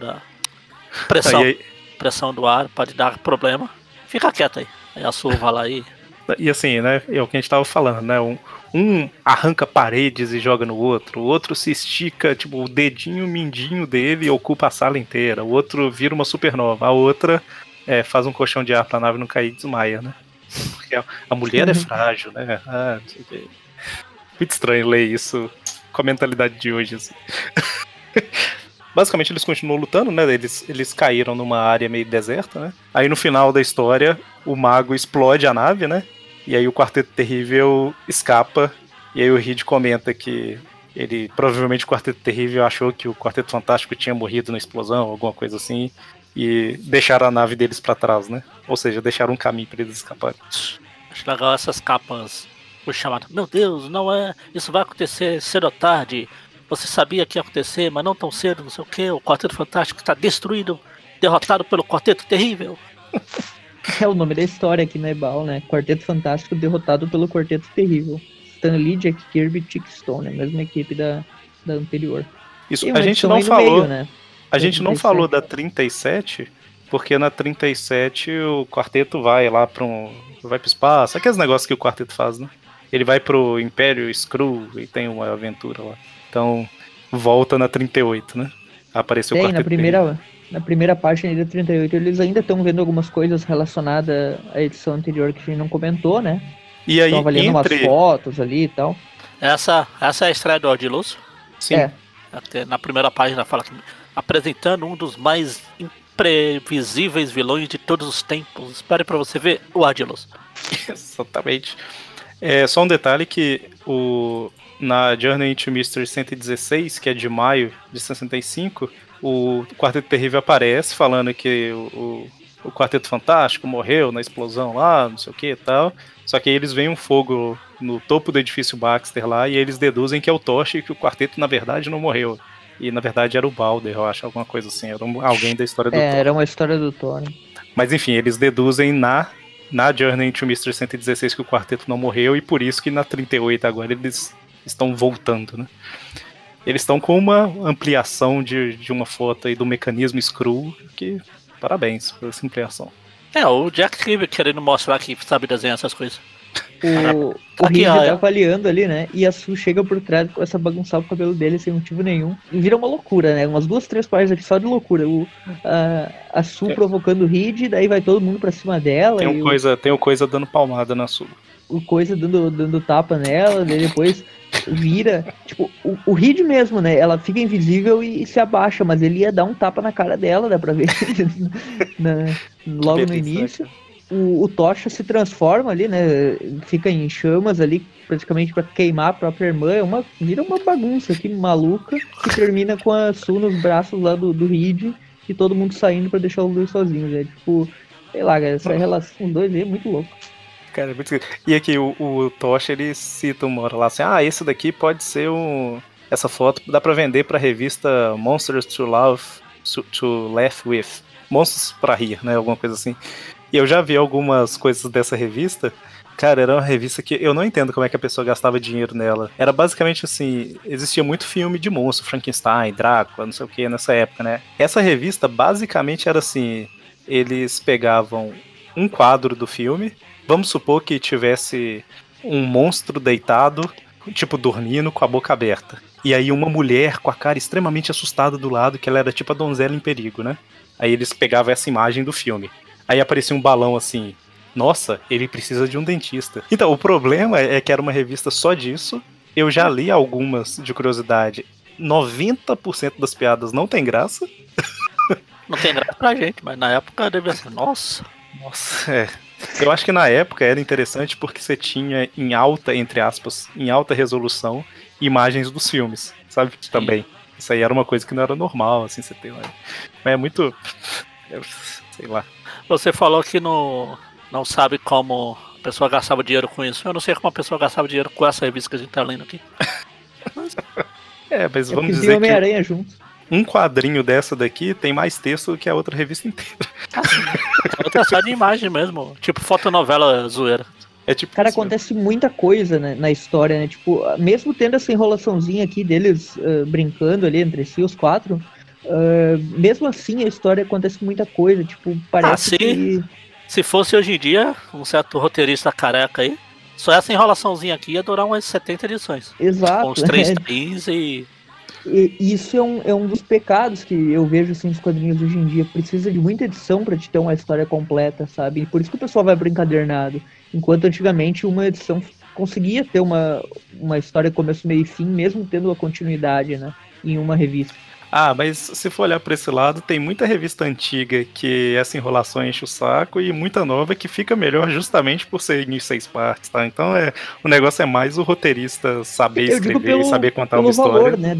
pressão do ar pode dar problema. Fica quieto aí. Aí a Sul vai lá e assim, né, é o que a gente tava falando, né, um arranca paredes e joga no outro, o outro se estica, tipo, o dedinho mindinho dele ocupa a sala inteira, o outro vira uma supernova, a outra faz um colchão de ar pra nave não cair e desmaia, né, porque a mulher é frágil, né, não sei o que. Muito estranho ler isso com a mentalidade de hoje, assim. basicamente eles continuam lutando, né? Eles caíram numa área meio deserta, né? Aí no final da história, o mago explode a nave, né? E aí o Quarteto Terrível escapa. E aí o Reed comenta que provavelmente o Quarteto Terrível achou que o Quarteto Fantástico tinha morrido na explosão, alguma coisa assim. E deixaram a nave deles pra trás, né? Ou seja, deixaram um caminho pra eles escaparem. Acho legal essas capas, o chamado, meu Deus, não é, isso vai acontecer cedo ou tarde, você sabia que ia acontecer, mas não tão cedo, não sei o que, o Quarteto Fantástico está destruído, derrotado pelo Quarteto Terrível. É o nome da história aqui na Ebal, né? Quarteto Fantástico derrotado pelo Quarteto Terrível. Stan Lee, Jack Kirby e Chick Stone, a mesma equipe da anterior. Isso, a gente não falou, meio, né? A gente não falou da 37, porque na 37 o quarteto vai lá vai pro espaço, aqueles negócios que o quarteto faz, né? Ele vai pro Império Skrull e tem uma aventura lá. Então, volta na 38, né? Apareceu o quarteto. Na primeira página da 38, eles ainda estão vendo algumas coisas relacionadas à edição anterior que a gente não comentou, né? E aí, estão avaliando umas fotos ali e tal. Essa é a estreia do Audilus? Sim. Até na primeira página fala que apresentando um dos mais imprevisíveis vilões de todos os tempos. Espere pra você ver o Audilus. Exatamente. Só um detalhe que na Journey into Mystery 116, que é de maio de 65, o Quarteto Terrível aparece falando que o Quarteto Fantástico morreu na explosão lá, não sei o que e tal. Só que aí eles veem um fogo no topo do edifício Baxter lá e eles deduzem que é o Tocha e que o quarteto na verdade não morreu. E na verdade era o Balder, eu acho, alguma coisa assim. Era alguém da história do Thor. Era uma história do Thor. Mas enfim, eles deduzem na Journey into Mystery 116 que o quarteto não morreu e por isso que na 38 agora eles estão voltando, né? Eles estão com uma ampliação de uma foto aí do mecanismo Skrull, que parabéns por essa ampliação. O Jack Kirby querendo mostrar que sabe desenhar essas coisas. O Reed tá avaliando ali, né? E a Sue chega por trás com essa bagunçar o cabelo dele sem motivo nenhum. E vira uma loucura, né? Umas 2, 3 páginas aqui só de loucura. A Sue provocando o Reed, daí vai todo mundo pra cima dela. Tem o Coisa dando palmada na Sue. O Coisa dando tapa nela, daí depois vira. Tipo, o Reed mesmo, né? Ela fica invisível e se abaixa, mas ele ia dar um tapa na cara dela, dá pra ver. Logo no início. O Tocha se transforma ali, né? Fica em chamas ali, praticamente pra queimar a própria irmã. Vira uma bagunça aqui maluca que termina com a Sue nos braços lá do Reed e todo mundo saindo pra deixar os dois sozinhos. É tipo, sei lá, cara, essa relação com os dois aí é muito louco. Cara, é muito... E aqui o Tocha, ele cita uma hora lá assim, esse daqui pode ser essa foto dá pra vender pra revista Monsters to Laugh With. Monstros pra rir, né? Alguma coisa assim. E eu já vi algumas coisas dessa revista. Cara, era uma revista que eu não entendo como é que a pessoa gastava dinheiro nela. Era basicamente assim, existia muito filme de monstro, Frankenstein, Drácula, não sei o que, nessa época, né? Essa revista basicamente era assim, eles pegavam um quadro do filme, vamos supor que tivesse um monstro deitado, tipo dormindo com a boca aberta. E aí uma mulher com a cara extremamente assustada do lado, que ela era tipo a donzela em perigo, né? Aí eles pegavam essa imagem do filme. Aí aparecia um balão assim, nossa, ele precisa de um dentista. Então, o problema é que era uma revista só disso. Eu já li algumas de curiosidade. 90% das piadas não tem graça. Não tem graça pra gente, mas na época devia ser, nossa. Nossa, Eu acho que na época era interessante porque você tinha em alta, entre aspas, em alta resolução, imagens dos filmes, sabe? Sim. Também. Isso aí era uma coisa que não era normal, assim, você tem lá. Mas é muito... sei lá. Você falou que não sabe como a pessoa gastava dinheiro com isso. Eu não sei como a pessoa gastava dinheiro com essa revista que a gente tá lendo aqui. Mas vamos dizer Homem-Aranha junto. Um quadrinho dessa daqui tem mais texto do que a outra revista inteira. A outra é só de imagem mesmo, tipo fotonovela zoeira. Tipo cara, acontece muita coisa, né, na história, né? Tipo, mesmo tendo essa enrolaçãozinha aqui deles brincando ali entre si, os 4... mesmo assim a história acontece muita coisa, tipo, parece que... Se fosse hoje em dia, um certo roteirista careca aí, só essa enrolaçãozinha aqui ia durar umas 70 edições. Exato. Com os 3 trins e isso é um dos pecados que eu vejo assim, nos quadrinhos hoje em dia. Precisa de muita edição pra te ter uma história completa, sabe? E por isso que o pessoal vai pro encadernado. Enquanto antigamente uma edição conseguia ter uma história começo, meio e fim, mesmo tendo a continuidade, né? Em uma revista. Ah, mas se for olhar por esse lado, tem muita revista antiga que essa enrolação enche o saco e muita nova que fica melhor justamente por ser em 6 partes, tá? Então o negócio é mais o roteirista saber escrever e saber contar uma história. Pelo valor, né,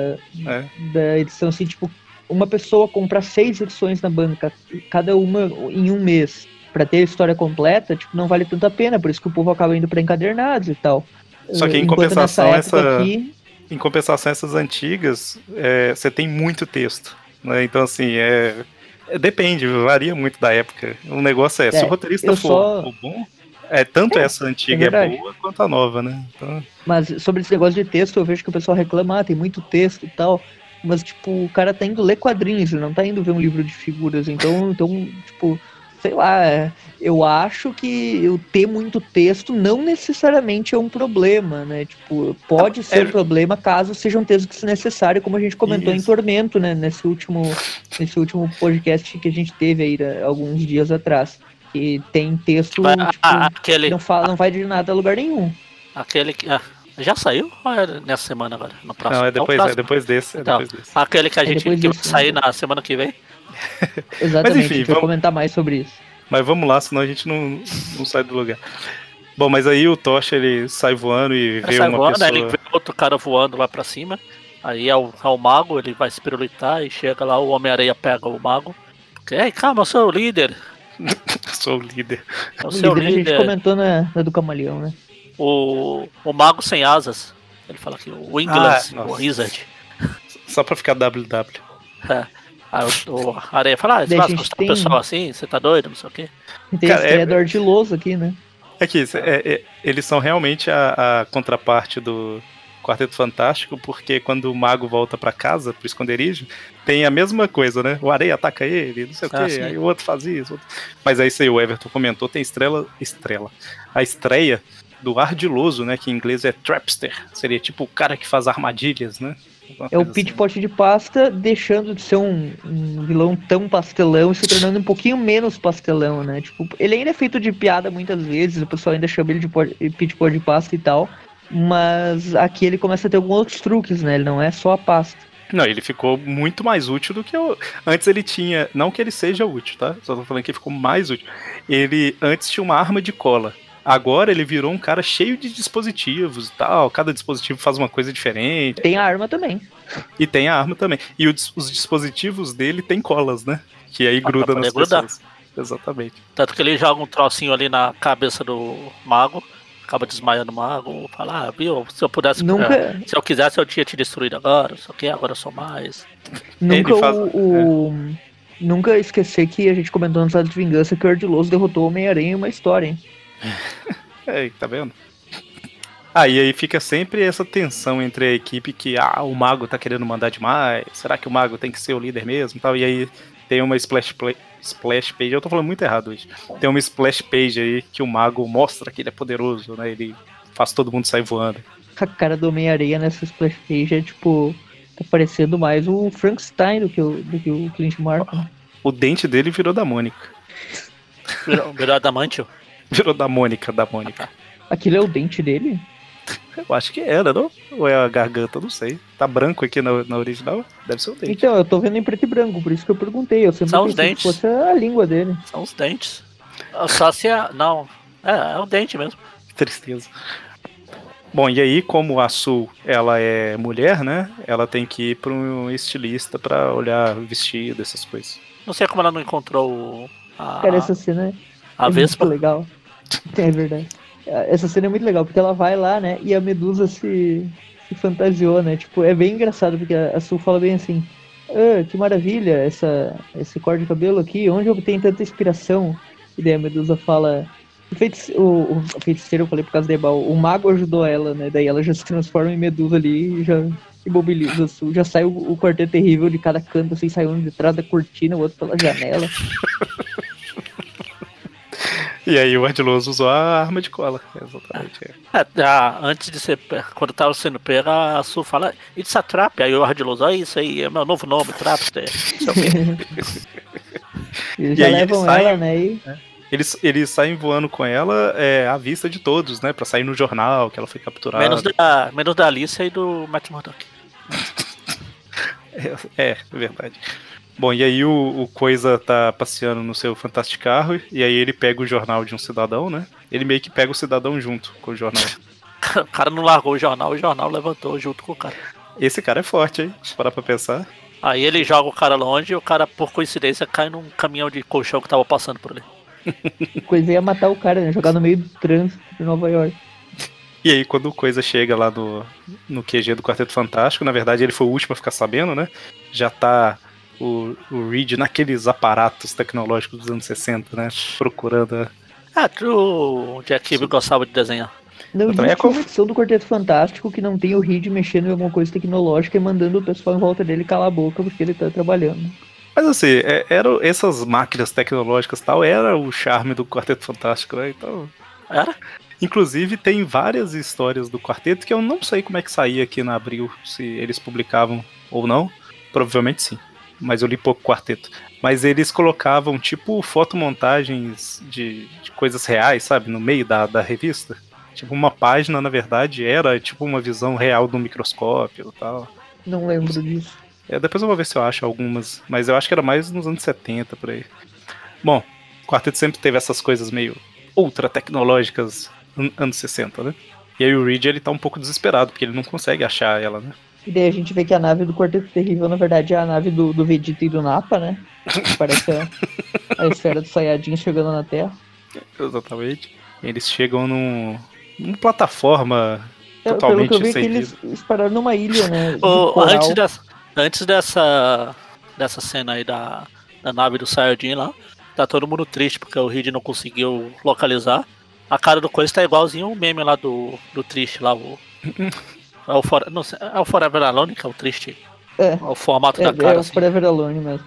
da edição, assim, tipo, uma pessoa comprar 6 edições na banca, cada uma em um mês, pra ter a história completa, tipo, não vale tanto a pena, por isso que o povo acaba indo pra encadernados e tal. Só que em compensação, em compensação, essas antigas, você tem muito texto, né? Então, assim, depende, varia muito da época. O negócio se o roteirista for bom, tanto essa antiga é boa quanto a nova, né? Então... Mas sobre esse negócio de texto, eu vejo que o pessoal reclama, tem muito texto e tal, mas, tipo, o cara tá indo ler quadrinhos, ele não tá indo ver um livro de figuras, então tipo... Sei lá, eu acho que eu ter muito texto não necessariamente é um problema, né? Tipo, pode ser um problema caso seja um texto desnecessário, como a gente comentou em Tormento, né? Nesse último podcast que a gente teve aí alguns dias atrás. Que tem texto tipo, não vai de nada a lugar nenhum. Aquele que... já saiu ou é nessa semana agora? No próximo? Não, depois desse. Depois desse. Aquele que a gente que vai sair na semana que vem. Exatamente, mas, enfim, a gente vai comentar mais sobre isso. Mas vamos lá, senão a gente não sai do lugar. Bom, mas aí o Tocha, ele sai voando e vê uma pessoa... Ele vê outro cara voando lá pra cima. Aí é o mago, ele vai se pirulitar e chega lá, o Homem-Aranha pega o mago. Ei, calma, eu sou o líder. Sou o líder. O líder a gente comentou na do Camaleão, né? O mago sem asas. Ele fala aqui, o Inglês, o Wizard. Só pra ficar WW. Aí o Aranha fala, você vai gostar do pessoal assim? Você tá doido? Não sei o quê. Tem a estreia do Ardiloso aqui, né? Eles são realmente a contraparte do Quarteto Fantástico, porque quando o mago volta pra casa, pro esconderijo, tem a mesma coisa, né? O Aranha ataca ele, não sei o quê, sim. Aí o outro faz isso. Mas aí o Everton comentou, tem a estreia do Ardiloso, né? Que em inglês é Trapster. Seria tipo o cara que faz armadilhas, né? É o Pete Pote de Pasta deixando de ser um vilão tão pastelão e se tornando um pouquinho menos pastelão, né? Tipo, ele ainda é feito de piada muitas vezes, o pessoal ainda chama ele de Pete Pote de Pasta e tal, mas aqui ele começa a ter alguns outros truques, né? Ele não é só a pasta. Não, ele ficou muito mais útil do que antes ele tinha, não que ele seja útil, tá? Só tô falando que ele ficou mais útil. Ele antes tinha uma arma de cola. Agora ele virou um cara cheio de dispositivos e tal. Cada dispositivo faz uma coisa diferente. Tem a arma também. E tem a arma também. E os dispositivos dele tem colas, né? Que aí gruda nas pessoas. Exatamente. Tanto que ele joga um trocinho ali na cabeça do mago. Acaba desmaiando o mago. Fala, viu, se eu pudesse... se eu quisesse eu tinha te destruído agora. Só que agora eu sou mais. Nunca esquecer que a gente comentou no Estado de Vingança que o Ardiloso derrotou o Homem-Aranha em uma história, hein? Tá vendo? E aí fica sempre essa tensão entre a equipe que o mago tá querendo mandar demais, será que o mago tem que ser o líder mesmo e tal, e aí tem uma splash page, eu tô falando muito errado hoje, tem uma splash page aí que o mago mostra que ele é poderoso, né, ele faz todo mundo sair voando. A cara do Homem-Aranha nessa splash page é tipo, tá parecendo mais o Frankenstein do que o Clint Martin. O dente dele virou da Mônica. Virou Adamantium? Virou da Mônica. Aquilo é o dente dele? Eu acho que era, não? Ou é a garganta, não sei. Tá branco aqui na original, deve ser o dente. Então, eu tô vendo em preto e branco, por isso que eu perguntei. Eu sempre são os dentes. Que fosse a língua dele. São os dentes. Só se não, é o dente mesmo. Que tristeza. Bom, e aí, como a Sul, ela é mulher, né? Ela tem que ir pra um estilista pra olhar vestido, essas coisas. Não sei como ela não encontrou Cara, essa cena a Vespa. Muito legal. É verdade. Essa cena é muito legal, porque ela vai lá, né, e a Medusa se fantasiou, né, tipo, é bem engraçado, porque a Sul fala bem assim, que maravilha, esse corte de cabelo aqui, onde eu tenho tanta inspiração? E daí a Medusa fala, o feiticeiro, eu falei por causa da Ebal, o mago ajudou ela, né, daí ela já se transforma em Medusa ali e já imobiliza a Sul, já sai o quarteto terrível de cada canto, assim, sai um de trás da cortina, o outro pela janela. E aí o Ardiloso usou a arma de cola, exatamente. Antes de ser, quando tava sendo pega, a Sul fala, it's a trap, aí o Ardiloso, isso aí é meu novo nome, Trapster. Eles já levam ela, né? Eles saem voando com ela à vista de todos, né? Pra sair no jornal que ela foi capturada. Menos da Alicia e do Matt Murdock. É verdade. Bom, e aí o Coisa tá passeando no seu fantástico carro, e aí ele pega o jornal de um cidadão, né? Ele meio que pega o cidadão junto com o jornal. O cara não largou o jornal levantou junto com o cara. Esse cara é forte, hein? Se parar pra pensar. Aí ele joga o cara longe e o cara, por coincidência, cai num caminhão de colchão que tava passando por ali. Coisa ia matar o cara, né? Jogar no meio do trânsito de Nova York. E aí, quando o Coisa chega lá no QG do Quarteto Fantástico, na verdade ele foi o último a ficar sabendo, né? Já tá o Reed naqueles aparatos tecnológicos dos anos 60, né? Procurando. O Jack Kirby gostava de desenhar. Não existe uma edição do Quarteto Fantástico que não tenha o Reed mexendo em alguma coisa tecnológica e mandando o pessoal em volta dele calar a boca porque ele tá trabalhando. Mas assim, essas máquinas tecnológicas e tal, era o charme do Quarteto Fantástico, né? Então. Era? Inclusive, tem várias histórias do Quarteto que eu não sei como é que saía aqui na Abril, se eles publicavam ou não. Provavelmente sim, mas eu li pouco Quarteto. Mas eles colocavam, tipo, fotomontagens de coisas reais, sabe? No meio da revista. Tipo, uma página, na verdade, era tipo uma visão real do microscópio e tal. Não lembro disso. Depois eu vou ver se eu acho algumas, mas eu acho que era mais nos anos 70, por aí. Bom, o Quarteto sempre teve essas coisas meio ultra tecnológicas anos 60, né? E aí o Reed, ele tá um pouco desesperado, porque ele não consegue achar ela, né? E daí a gente vê que a nave do Quarteto Terrível, na verdade, é a nave do Vegeta e do Nappa, né? Parece a esfera do Saiyajin chegando na Terra. Exatamente. Eles chegam numa plataforma totalmente pelo que eu vi, que eles pararam numa ilha, né? Antes dessa cena aí da nave do Saiyajin lá, tá todo mundo triste porque o Reed não conseguiu localizar. A cara do Coisa tá igualzinho o meme lá do triste lá. É o Forever Alone, que é o triste. É o formato da cara. É o Forever Alone mesmo.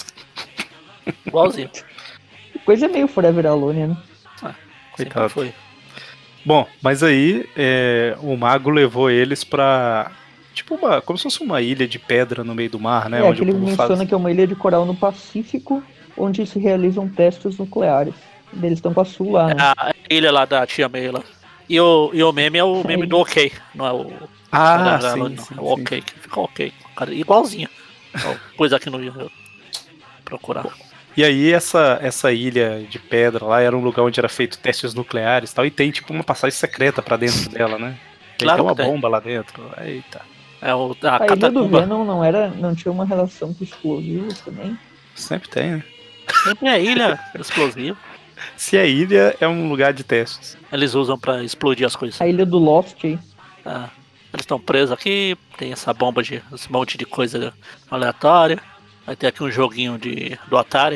Igualzinho. Coisa meio Forever Alone, né? Coitado. Foi. Bom, mas aí o mago levou eles pra... Tipo, como se fosse uma ilha de pedra no meio do mar, né? Onde ele menciona que é uma ilha de coral no Pacífico, onde se realizam testes nucleares. Eles estão com a Sul lá, né? A ilha lá da Tia May lá. E o meme é o meme do OK, não é o... sim, é o OK, que fica OK. Cara, igualzinho. Pois aqui no Rio, procurar. E aí essa ilha de pedra lá era um lugar onde era feito testes nucleares e tal, e tem tipo uma passagem secreta pra dentro dela, né? Claro, tem uma bomba lá dentro. Eita. A ilha do Venom não tinha uma relação com explosivos também? Sempre tem, né? Sempre é ilha explosiva. Se é ilha, é um lugar de testes. Eles usam pra explodir as coisas. A ilha do Lost aí. Eles estão presos aqui, tem essa bomba esse monte de coisa aleatória. Vai ter aqui um joguinho do Atari.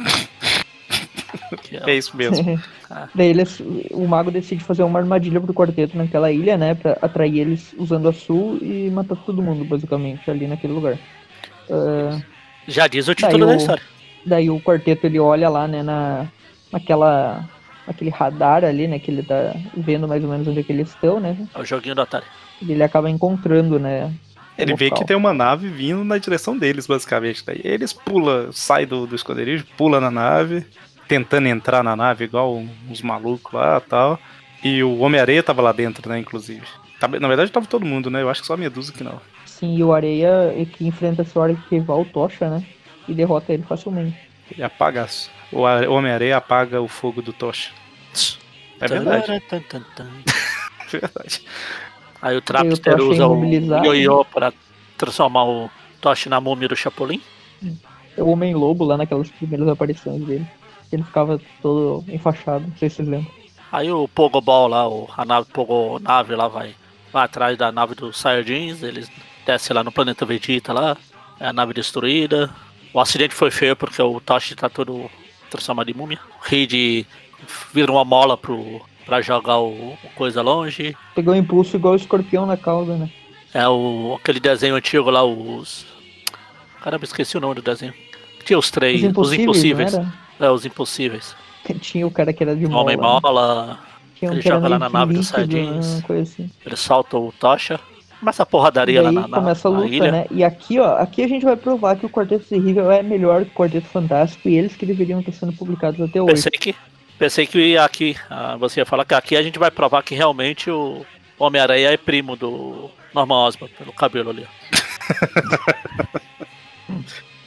É isso mesmo. Daí o mago decide fazer uma armadilha pro quarteto naquela ilha, né? Pra atrair eles usando a Sul e matar todo mundo, basicamente, ali naquele lugar. Já diz o título da história. Daí o quarteto, ele olha lá, né, naquele radar ali, né, que ele tá vendo mais ou menos onde é que eles estão, né? É o joguinho do Atari. E ele acaba encontrando, né? Ele vê que tem uma nave vindo na direção deles, basicamente. Daí eles sai do esconderijo, pula na nave, tentando entrar na nave igual uns malucos lá e tal. E o Homem-Areia tava lá dentro, né, inclusive. Na verdade tava todo mundo, né? Eu acho que só a Medusa que não. Sim, e o Areia que enfrenta seu rival, o Tocha, né? E derrota ele facilmente. Ele apaga. O Homem-Areia apaga o fogo do Tocha. É verdade. Verdade. Aí o Trapster usa o Yo-Yo pra transformar o Tocha na múmia do Chapolin. É o Homem-Lobo lá naquelas primeiras aparições dele. Ele ficava todo enfaixado, não sei se vocês lembram. Aí o Pogoball lá, a nave Pogonave lá vai atrás da nave dos Saiyajins, eles descem lá no planeta Vegeta lá, é a nave destruída. O acidente foi feio porque o Toshi tá todo transformado em múmia. O Reed vira uma mola pra jogar o coisa longe. Pegou um impulso igual o escorpião na cauda, né? É aquele desenho antigo lá, Caramba, esqueci o nome do desenho. Tinha os três, os impossíveis. Os impossíveis. Tinha o cara que era de mola. Homem-Mola. Ele joga lá na nave dos Saiyajins. Assim. Ele solta o Tocha. Começa a porradaria lá na começa a luta, ilha. Né? E aqui a gente vai provar que o Quarteto Terrível é melhor que o Quarteto Fantástico e eles que deveriam estar sendo publicados até hoje. Pensei que aqui, você ia falar que aqui a gente vai provar que realmente o Homem-Aranha é primo do Norman Osborn, pelo cabelo ali.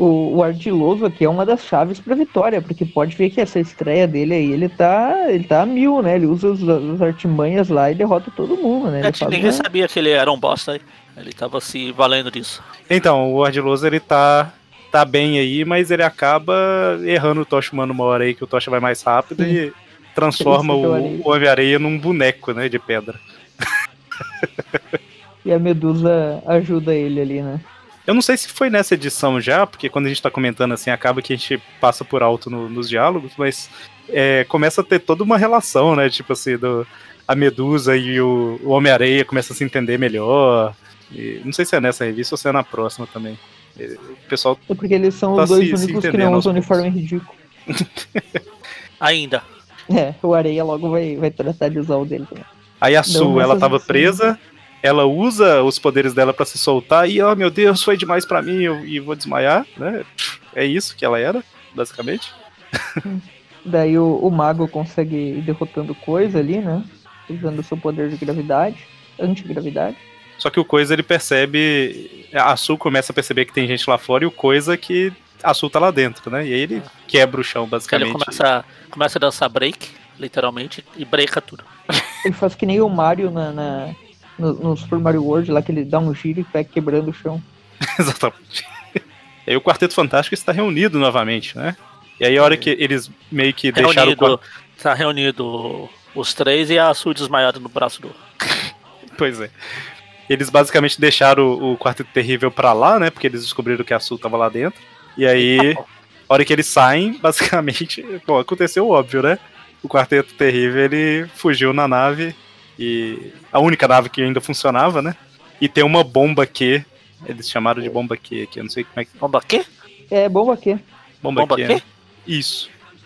O Ardiloso aqui é uma das chaves pra vitória, porque pode ver que essa estreia dele aí, ele tá a mil, né? Ele usa as artimanhas lá e derrota todo mundo, né? Ninguém sabia que ele era um bosta aí. Ele tava se valendo disso. Então, o Ardiloso, ele tá bem aí, mas ele acaba errando o Tocha uma hora aí, que o Tocha vai mais rápido e transforma o Homem-Areia num boneco, né, de pedra. E a Medusa ajuda ele ali, né? Eu não sei se foi nessa edição já, porque quando a gente tá comentando assim, acaba que a gente passa por alto nos diálogos, mas começa a ter toda uma relação, né? Tipo assim, a Medusa e o Homem-Areia começam a se entender melhor. E não sei se é nessa revista ou se é na próxima também. O pessoal. É porque eles são os dois únicos que não usam uniforme ridículo. Ainda. O Areia logo vai tratar de usar o dele também. Aí a Sue, ela tava presa. Ela usa os poderes dela pra se soltar e, meu Deus, foi demais pra mim e vou desmaiar, né? É isso que ela era, basicamente. Daí o mago consegue ir derrotando coisa ali, né? Usando o seu poder de gravidade, antigravidade. Só que o Coisa, ele percebe... A Sue começa a perceber que tem gente lá fora e o Coisa que a Sue tá lá dentro, né? E aí ele quebra o chão, basicamente. Ele começa a dançar break, literalmente, e breaka tudo. Ele faz que nem o Mario no Super Mario World, lá que ele dá um giro e vai quebrando o chão. Exatamente. E aí o Quarteto Fantástico está reunido novamente, né? E aí a hora que eles meio que deixaram Tá reunido os três e a Sue desmaiada no braço do... Pois é. Eles basicamente deixaram o Quarteto Terrível pra lá, né? Porque eles descobriram que a Sue tava lá dentro. E aí, a hora que eles saem, basicamente... Bom, aconteceu o óbvio, né? O Quarteto Terrível, ele fugiu na nave... E a única nave que ainda funcionava, né? E tem uma bomba Q. Eles chamaram de bomba Q aqui, eu não sei como é que... Bomba Q? Bomba Q. Bomba Q? Né? Isso.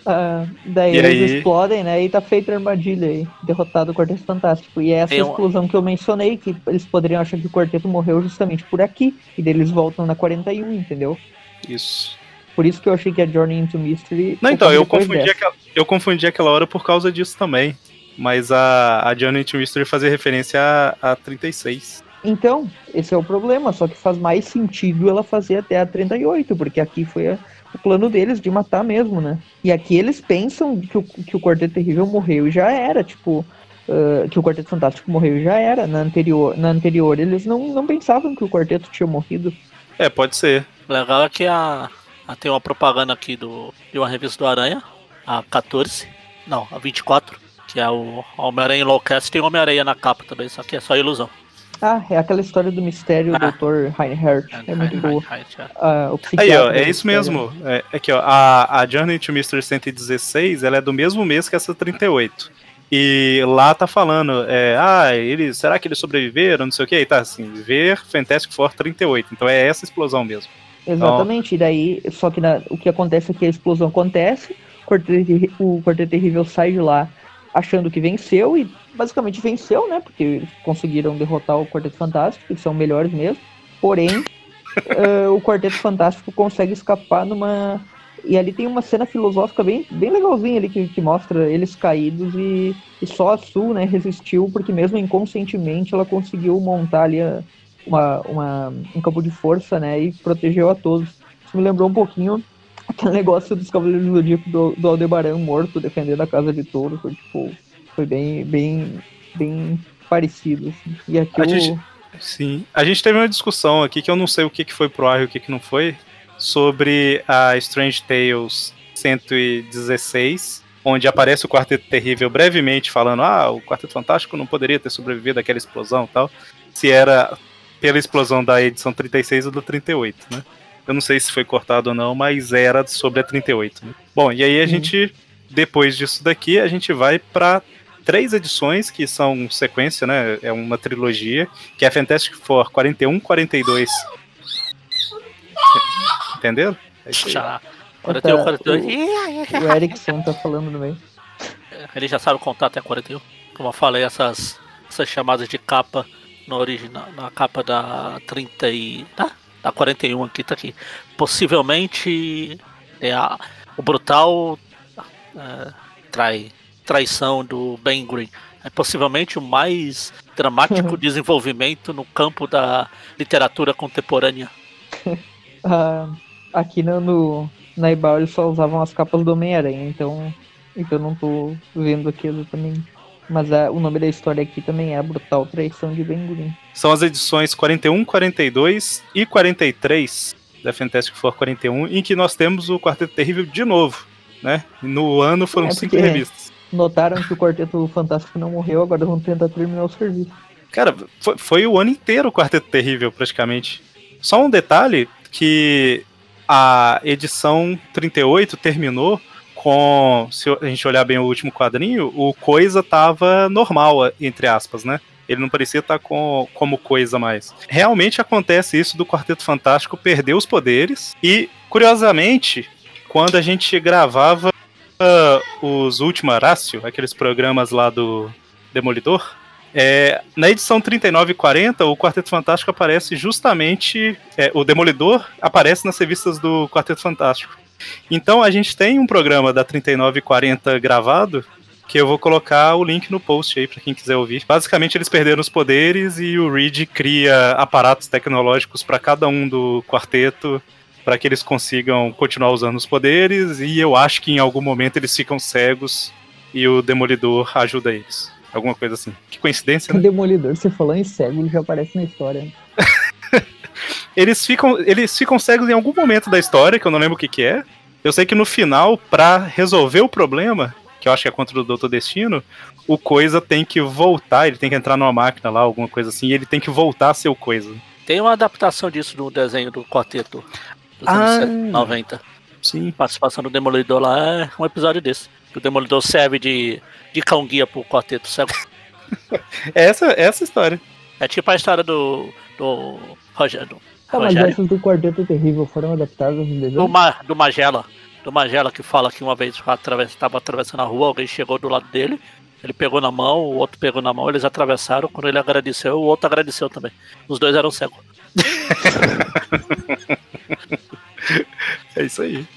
Daí eles explodem, né? E tá feita a armadilha aí. Derrotado o Quarteto Fantástico. E é essa explosão que eu mencionei, que eles poderiam achar que o Quarteto morreu justamente por aqui. E daí eles voltam na 41, entendeu? Isso. Por isso que eu achei que a Journey into Mystery... Não, então, eu confundi aquela hora por causa disso também. Mas a Journey to Mystery fazia referência a 36. Então, esse é o problema. Só que faz mais sentido ela fazer até a 38. Porque aqui foi o plano deles de matar mesmo, né? E aqui eles pensam que o Quarteto Terrível morreu e já era. Tipo, que o Quarteto Fantástico morreu e já era. Na anterior eles não pensavam que o Quarteto tinha morrido. Pode ser. Legal é que tem uma propaganda aqui de uma revista do Aranha. A 14. Não, a 24. Que é o Homem-Aranha Enlouquece, tem Homem-Aranha na capa também, só que é só ilusão. É aquela história do mistério do Dr. Reinhardt. É muito boa. Aí, ó, é isso mesmo. Aqui, ó, a Journey to Mystery 116, ela é do mesmo mês que essa 38. E lá tá falando, será que eles sobreviveram, não sei o que, aí tá assim, ver Fantastic Four 38, então é essa explosão mesmo. Exatamente, e daí, só que o que acontece é que a explosão acontece, o Quarteto Terrível sai de lá achando que venceu, e basicamente venceu, né, porque eles conseguiram derrotar o Quarteto Fantástico, eles são melhores mesmo, porém, o Quarteto Fantástico consegue escapar numa... E ali tem uma cena filosófica bem legalzinha ali, que mostra eles caídos e só a Sue, né, resistiu, porque mesmo inconscientemente ela conseguiu montar ali um campo de força, né, e protegeu a todos. Isso me lembrou um pouquinho aquele negócio dos Cavaleiros do Zodíaco do Aldebaran morto defendendo a Casa de Touro. Foi bem parecido, assim. E aqui Sim, a gente teve uma discussão aqui que eu não sei o que foi pro ar e o que não foi, sobre a Strange Tales 116, onde aparece o Quarteto Terrível brevemente falando, o Quarteto Fantástico não poderia ter sobrevivido àquela explosão e tal, se era pela explosão da edição 36 ou da 38, né? Eu não sei se foi cortado ou não, mas era sobre a 38, né? Bom, e aí a gente, depois disso daqui, a gente vai pra 3 edições, que são sequência, né? É uma trilogia, que é Fantastic Four 41, 42. Entenderam? É isso aí. 41, 42. O Erickson tá falando no meio. Ele já sabe contar até 41. Como eu falei, essas chamadas de capa no original, na capa da 30 e... Da 41 aqui, tá aqui. Possivelmente o brutal traição do Ben Green. É possivelmente o mais dramático desenvolvimento no campo da literatura contemporânea. aqui na Ebal eles só usavam as capas do Homem-Aranha, então eu não tô vendo aqui exatamente. Mas o nome da história aqui também é A Brutal Traição de Ben Green. São as edições 41, 42 e 43 da Fantastic Four 41, em que nós temos o Quarteto Terrível de novo, né? No ano foram 5 revistas. Notaram que o Quarteto Fantástico não morreu, agora vão tentar terminar o serviço. Cara, foi o ano inteiro o Quarteto Terrível, praticamente. Só um detalhe, que a edição 38 terminou com, se a gente olhar bem o último quadrinho, o Coisa tava normal, entre aspas, né? Ele não parecia estar como Coisa mais. Realmente acontece isso do Quarteto Fantástico perder os poderes. E, curiosamente, quando a gente gravava os Ultima Ratio, aqueles programas lá do Demolidor, na edição 39 e 40, o Quarteto Fantástico aparece justamente... o Demolidor aparece nas revistas do Quarteto Fantástico. Então a gente tem um programa da 39 e 40 gravado, que eu vou colocar o link no post aí pra quem quiser ouvir. Basicamente eles perderam os poderes e o Reed cria aparatos tecnológicos para cada um do quarteto, para que eles consigam continuar usando os poderes, e eu acho que em algum momento eles ficam cegos e o Demolidor ajuda eles. Alguma coisa assim. Que coincidência, né? O Demolidor, você falou em cego, ele já aparece na história. Eles ficam cegos em algum momento da história, que eu não lembro o que é. Eu sei que no final, pra resolver o problema, que eu acho que é contra o Doutor Destino, o Coisa tem que voltar, ele tem que entrar numa máquina lá, alguma coisa assim, e ele tem que voltar a ser o Coisa. Tem uma adaptação disso no desenho do Quarteto dos anos 90. Sim. Participação do Demolidor lá é um episódio desse. O Demolidor serve de cão-guia pro Quarteto cego. Essa é a história. É tipo a história do Rogério. Mas essas do Quarteto Terrível foram adaptadas no desenho? Do Magela, que fala que uma vez estava atravessando a rua, alguém chegou do lado dele, ele pegou na mão, o outro pegou na mão, eles atravessaram, quando ele agradeceu, o outro agradeceu também. Os dois eram cegos. É isso aí.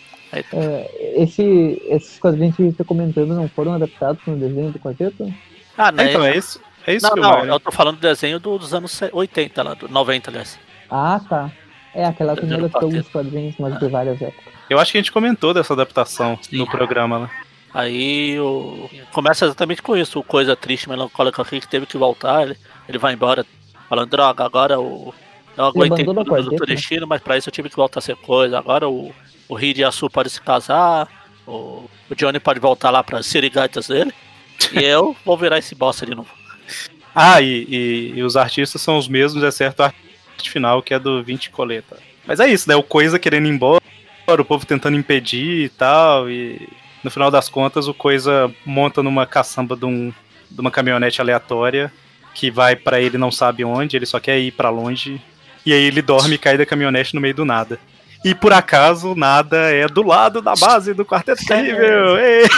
Esses quadrinhos que a gente tá comentando não foram adaptados no desenho do Quarteto? Né? Então, é isso não, eu tô falando do desenho dos anos 80, lá, do 90, aliás. Ah, tá. Aquela que não adaptou alguns quadrinhos, mas de várias épocas. Eu acho que a gente comentou dessa adaptação no programa, né? Aí começa exatamente com isso, o Coisa triste, melancólico aqui, que teve que voltar, ele vai embora, falando, droga, agora eu aguentei tudo do Doutor Destino, mas pra isso eu tive que voltar a ser Coisa, agora o Reed e a Sue podem se casar, o Johnny pode voltar lá para Sirigaitas dele, e eu vou virar esse bosta de novo. E os artistas são os mesmos, exceto a arte final, que é do Vinci Coletta. Mas é isso, né? O Coisa querendo ir embora, o povo tentando impedir e tal, e no final das contas o Coisa monta numa caçamba de uma caminhonete aleatória, que vai pra ele não sabe onde, ele só quer ir pra longe, e aí ele dorme e cai da caminhonete no meio do nada. E por acaso, nada é do lado da base do Quarteto Terrível.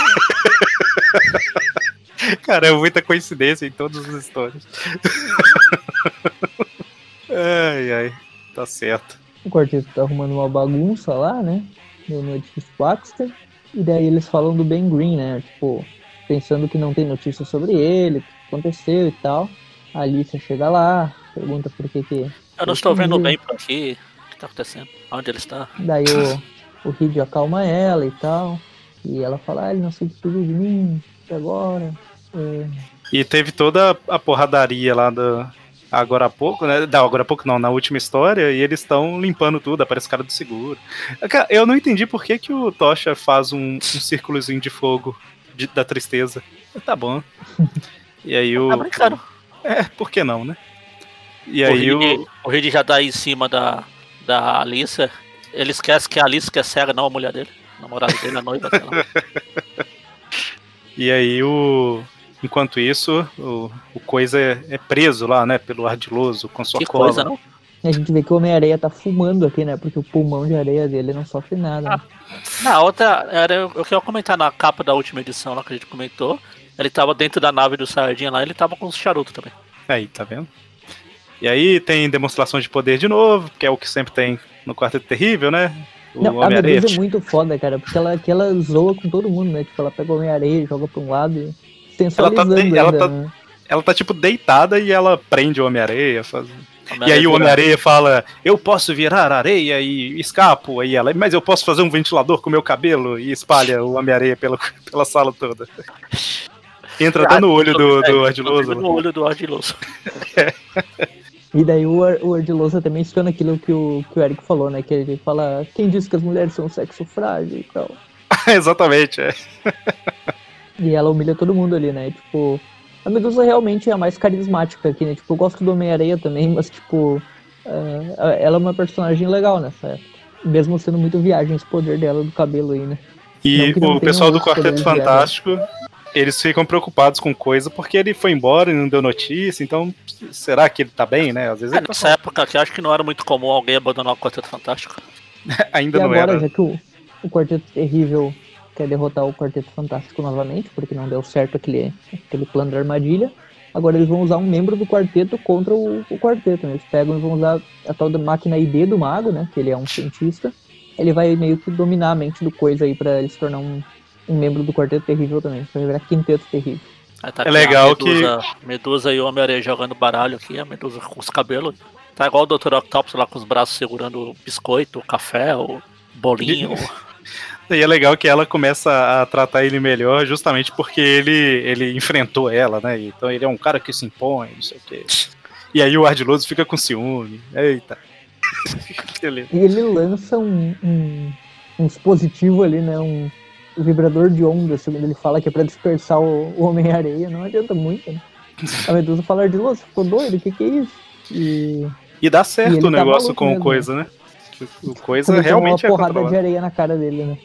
Cara, é muita coincidência em todas as histórias. Ai, tá certo. O quarteto tá arrumando uma bagunça lá, né? No edifício Baxter. E daí eles falam do Ben Green, né? Tipo, pensando que não tem notícia sobre ele, o que aconteceu e tal. A Alicia chega lá, pergunta por que. Eu não estou vendo bem por aqui. O que tá acontecendo? Onde ele está? Daí o Reed acalma ela e tal. E ela fala, ele não se despediu de mim até agora. E teve toda a porradaria lá agora há pouco, né? Não, agora há pouco não, na última história, e eles estão limpando tudo, aparece o cara do seguro. Eu não entendi por que o Tocha faz um círculozinho de fogo da tristeza. Tá bom. E aí Tá brincando. Por que não, né? E aí o Reed já tá aí em cima da Alicia. Ele esquece que a Alicia é cega, não a mulher dele. A namorada dele, a noiva, sei lá. E aí enquanto isso, o Coisa é preso lá, né, pelo Ardiloso, com sua cola. Coisa, não? A gente vê que o Homem-Areia tá fumando aqui, né, porque o pulmão de areia dele não sofre nada. Né? Na outra, eu queria comentar na capa da última edição lá que a gente comentou, ele tava dentro da nave do Sardinha lá, ele tava com os charutos também. Aí, tá vendo? E aí tem demonstração de poder de novo, que é o que sempre tem no Quarteto Terrível, né? Não, a Medusa é muito foda, cara, porque ela zoa com todo mundo, né? Tipo, ela pega o Homem-Areia, joga pra um lado e sensualizando ela tá tipo deitada e ela prende o Homem-Areia. E aí o Homem-Areia fala, eu posso virar areia e escapo. Aí ela, mas eu posso fazer um ventilador com o meu cabelo? E espalha o Homem-Areia pela sala toda. Entra até no olho do Ardiloso. No olho do Ardiloso. E daí o Ardiloso também menciona aquilo que o Eric falou, né? Que ele fala, quem disse que as mulheres são sexo frágil e tal. Exatamente, E ela humilha todo mundo ali, né? Tipo, a Medusa realmente é a mais carismática aqui, né? Tipo, eu gosto do Homem-Areia também, mas, tipo, ela é uma personagem legal nessa época. Mesmo sendo muito viagem esse poder dela do cabelo aí, né? E o pessoal do Quarteto Fantástico, eles ficam preocupados com coisa porque ele foi embora e não deu notícia, então será que ele tá bem, né? Às vezes ele nessa época aqui, acho que não era muito comum alguém abandonar o Quarteto Fantástico. Ainda e não agora, era. Já que o Quarteto Terrível quer derrotar o Quarteto Fantástico novamente, porque não deu certo aquele plano da armadilha, agora eles vão usar um membro do quarteto contra o quarteto, né? Eles pegam e vão usar a tal da máquina ID do Mago, né? Que ele é um cientista. Ele vai meio que dominar a mente do Coisa aí pra ele se tornar um membro do Quarteto Terrível também. Vai virar Quinteto Terrível. Tá, é legal Medusa e o Homem-Aranha jogando baralho aqui, a Medusa com os cabelos. Tá igual o Dr. Octopus lá com os braços segurando o biscoito, o café, o bolinho. E é legal que ela começa a tratar ele melhor justamente porque ele enfrentou ela, né? Então ele é um cara que se impõe, não sei o quê. E aí o Ardiloso fica com ciúme. Eita. E ele lança um dispositivo ali, né? Um vibrador de onda, segundo ele fala, que é pra dispersar o Homem-Areia. Não adianta muito, né? A Medusa fala, Ardiloso, ficou doido? O que é isso? E dá certo o negócio com mesmo, o Coisa, né? O Coisa realmente é uma porrada de areia na cara dele, né?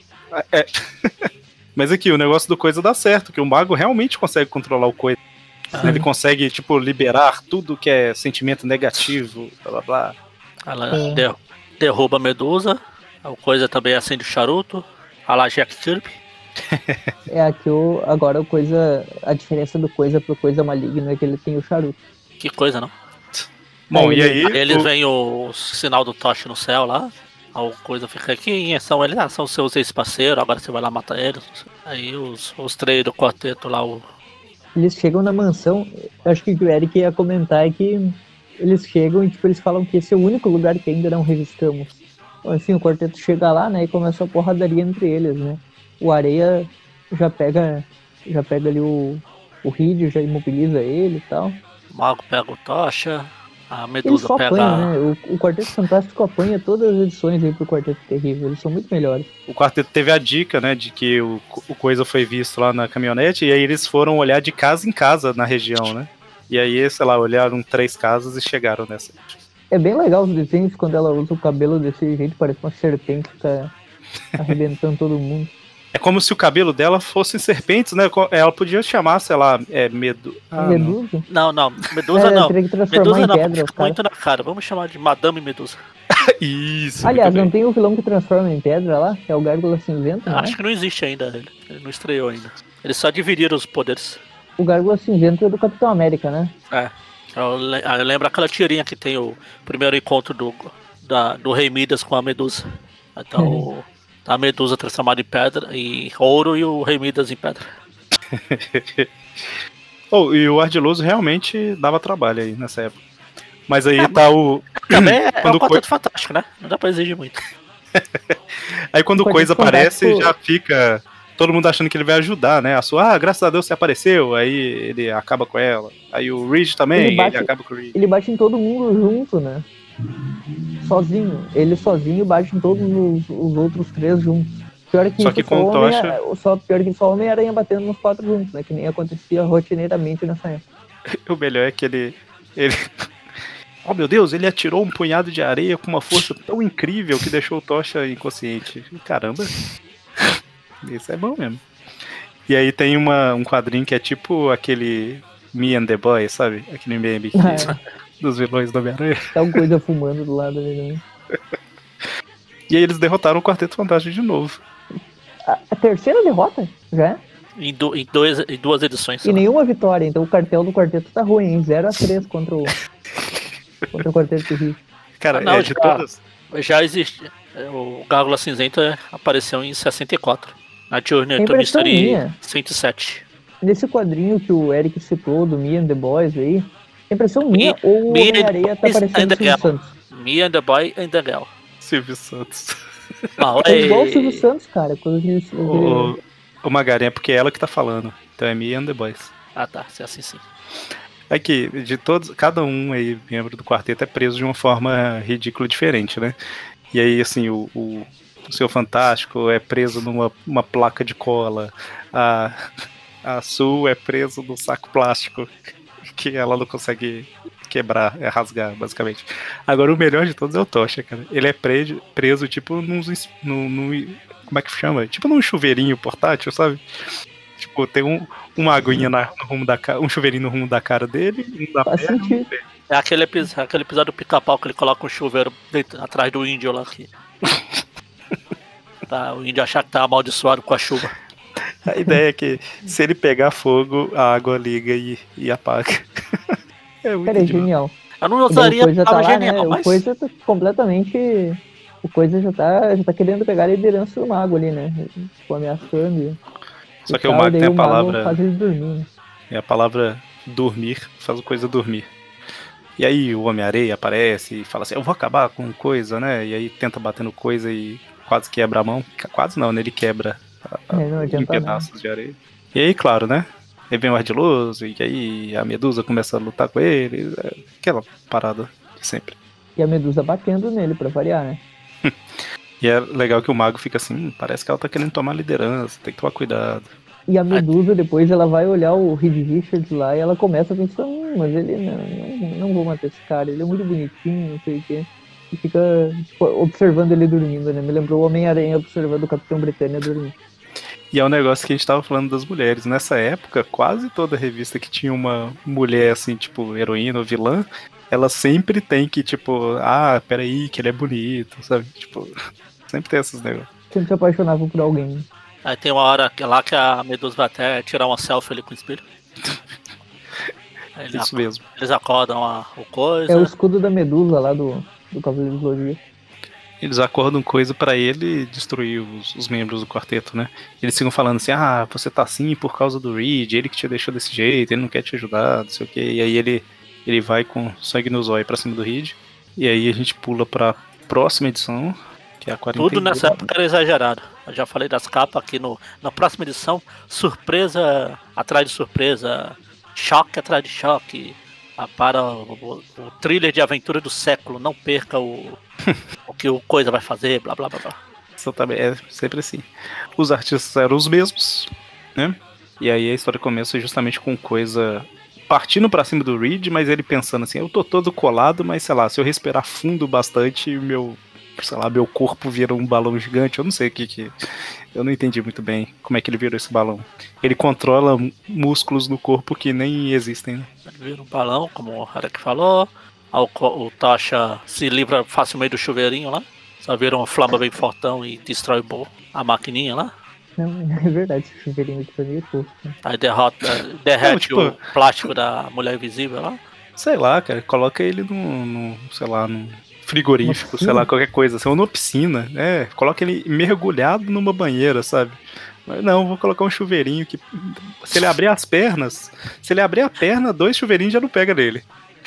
Mas aqui, o negócio do Coisa dá certo, que o Mago realmente consegue controlar o Coisa. Ele consegue, tipo, liberar tudo que é sentimento negativo, blá blá blá. Ela derruba a Medusa, o Coisa também acende o charuto, a la Jack Kirby. Aqui agora o Coisa, a diferença do Coisa pro Coisa Maligno é que ele tem o charuto. Que coisa, não? Bom, e aí... Eles veem o sinal do Tocha no céu lá. A Coisa fica aqui, são eles, são seus ex-parceiros, agora você vai lá matar eles. Aí os três do quarteto lá, Eles chegam na mansão, acho que o Eric ia comentar que eles chegam e tipo, eles falam que esse é o único lugar que ainda não revistamos. Enfim, o quarteto chega lá, né, e começa a porradaria entre eles, né. O Areia já pega ali o Reed, já imobiliza ele e tal. O Mago pega o Tocha. A Medusa eles só pega... apanham, né? O Quarteto Fantástico apanha todas as edições aí pro Quarteto Terrível. Eles são muito melhores. O Quarteto teve a dica, né, de que o Coisa foi visto lá na caminhonete, e aí eles foram olhar de casa em casa na região, né? E aí, sei lá, olharam 3 casas e chegaram nessa. É bem legal os desenhos quando ela usa o cabelo desse jeito, parece uma serpente que tá arrebentando todo mundo. É como se o cabelo dela fosse serpentes, né? Ela podia chamar, sei lá, Medusa? Não, Medusa não. Medusa não, fica muito na cara. Vamos chamar de Madame Medusa. Isso. Aliás, não tem o vilão que transforma em pedra lá? É o Gárgula Cinzento, né? Acho que não existe ainda. Ele não estreou ainda. Eles só dividiram os poderes. O Gárgula Cinzento é do Capitão América, né? Eu lembro aquela tirinha que tem o primeiro encontro do Rei Midas com a Medusa. Então, a Medusa transformada em pedra, em ouro, e o Rei Midas em pedra. E o Ardiloso realmente dava trabalho aí nessa época. Mas aí tá o... Também é um Quarteto Fantástico, né? Não dá pra exigir muito. Aí quando o Coisa aparece, já fica todo mundo achando que ele vai ajudar, né? Graças a Deus você apareceu. Aí ele acaba com ela. Aí o Reed também, ele acaba com o Reed. Ele bate em todo mundo junto, né? Sozinho. Ele sozinho bate em todos os outros 3 juntos. Pior que só que com o Tocha... Pior que só o Homem-Aranha batendo nos 4 juntos, né? Que nem acontecia rotineiramente nessa época. O melhor é que ele... Oh meu Deus, ele atirou um punhado de areia com uma força tão incrível que deixou o Tocha inconsciente. Caramba. Isso é bom mesmo. E aí tem um quadrinho que é tipo aquele Me and the Boy, sabe? Aquele meme dos vilões do Homem-Aranha. Tá uma coisa fumando do lado dele, né? E aí eles derrotaram o Quarteto Fantástico de novo. A terceira derrota? Já? Em 2 edições. E nenhuma vitória, então o cartel do quarteto tá ruim, hein? 0-3 contra o Quarteto Terrível. Cara, de todas... Já existe. O Gárgula Cinzento apareceu em 64. Na Journey to Mystery 107. Nesse quadrinho que o Eric citou, do Me and the Boys aí, É impressão minha ou o Homem-Areia tá parecendo o Silvio Santos? Me and the Boy and the Girl. Silvio Santos. É igual o Silvio Santos, cara. O Magarinha é porque é ela que tá falando. Então é Me and the Boys. Ah, tá. Se é assim, sim. É que de todos, cada um aí, membro do quarteto, é preso de uma forma ridícula diferente, né? E aí, assim, o Senhor Fantástico é preso numa placa de cola. A Sue é preso num saco plástico que ela não consegue quebrar, rasgar, basicamente. Agora, o melhor de todos é o Tocha, cara. Ele é preso tipo, como é que chama? Tipo num chuveirinho portátil, sabe? Tipo, tem uma aguinha no rumo da cara, um chuveirinho no rumo da cara dele, um da perna. É aquele episódio do Pica-Pau que ele coloca um chuveiro atrás do índio lá aqui. Tá, o índio achar que tá amaldiçoado com a chuva. A ideia é que se ele pegar fogo, a água liga e apaga. Cara, é genial. Eu não usaria a palavra genial, né? Mas... O Coisa tá completamente... O Coisa já tá querendo pegar a liderança do Mago ali, né? Tipo, ameaçando. Só que o Mago tem a palavra... Faz ele dormir, né? É a palavra dormir, faz o Coisa dormir. E aí o Homem-Areia aparece e fala assim, eu vou acabar com Coisa, né? E aí tenta bater no Coisa e quase quebra a mão. Quase não, né? Ele quebra em pedaços de areia. E aí, claro, né? Aí vem o Ardiloso, e aí a Medusa começa a lutar com ele. Aquela parada de sempre. E a Medusa batendo nele, pra variar, né? E é legal que o Mago fica assim, parece que ela tá querendo tomar liderança, tem que tomar cuidado. E a Medusa, depois, ela vai olhar o Reed Richards lá e ela começa a pensar, mas ele não vou matar esse cara, ele é muito bonitinho, não sei o quê. E fica observando ele dormindo, né? Me lembrou o Homem-Aranha observando o Capitão Britânia dormindo. E é um negócio que a gente tava falando das mulheres. Nessa época, quase toda revista que tinha uma mulher, assim, tipo, heroína ou vilã, ela sempre tem que, tipo, peraí, que ele é bonito, sabe? Tipo, sempre tem esses negócios. Sempre se apaixonava por alguém. Aí tem uma hora lá que a Medusa vai até tirar uma selfie ali com o espelho. Isso mesmo. Eles acordam o Coisa. É o escudo da Medusa lá do Cavaleiro do Zodíaco. Eles acordam Coisa pra ele destruir os membros do quarteto, né? Eles ficam falando assim, você tá assim por causa do Reed, ele que te deixou desse jeito, ele não quer te ajudar, não sei o quê. E aí ele vai com sangue no zóio pra cima do Reed. E aí a gente pula pra próxima edição, que é a 42. Tudo nessa época era exagerado. Eu já falei das capas aqui na próxima edição, surpresa atrás de surpresa, choque atrás de choque. Para o thriller de aventura do século, não perca o que o Coisa vai fazer, blá blá blá blá. Exatamente, é sempre assim. Os artistas eram os mesmos, né? E aí a história começa justamente com Coisa partindo pra cima do Reed, mas ele pensando assim, eu tô todo colado, mas sei lá, se eu respirar fundo bastante, meu corpo vira um balão gigante, eu não sei o que eu não entendi muito bem como é que ele virou esse balão. Ele controla músculos no corpo que nem existem, né? Ele vira um balão, como o Harek falou, o Tocha se livra facilmente do chuveirinho lá, só vira uma flama bem fortão e destrói a maquininha lá. Não, é verdade, esse chuveirinho aqui foi meio tosco. Aí derrete o plástico da Mulher Invisível lá. Sei lá, cara, coloca ele num frigorífico, sei lá, qualquer coisa, assim, ou numa piscina, coloca ele mergulhado numa banheira, sabe? Mas não, vou colocar um chuveirinho que, se ele abrir a perna, 2 chuveirinhos já não pega nele.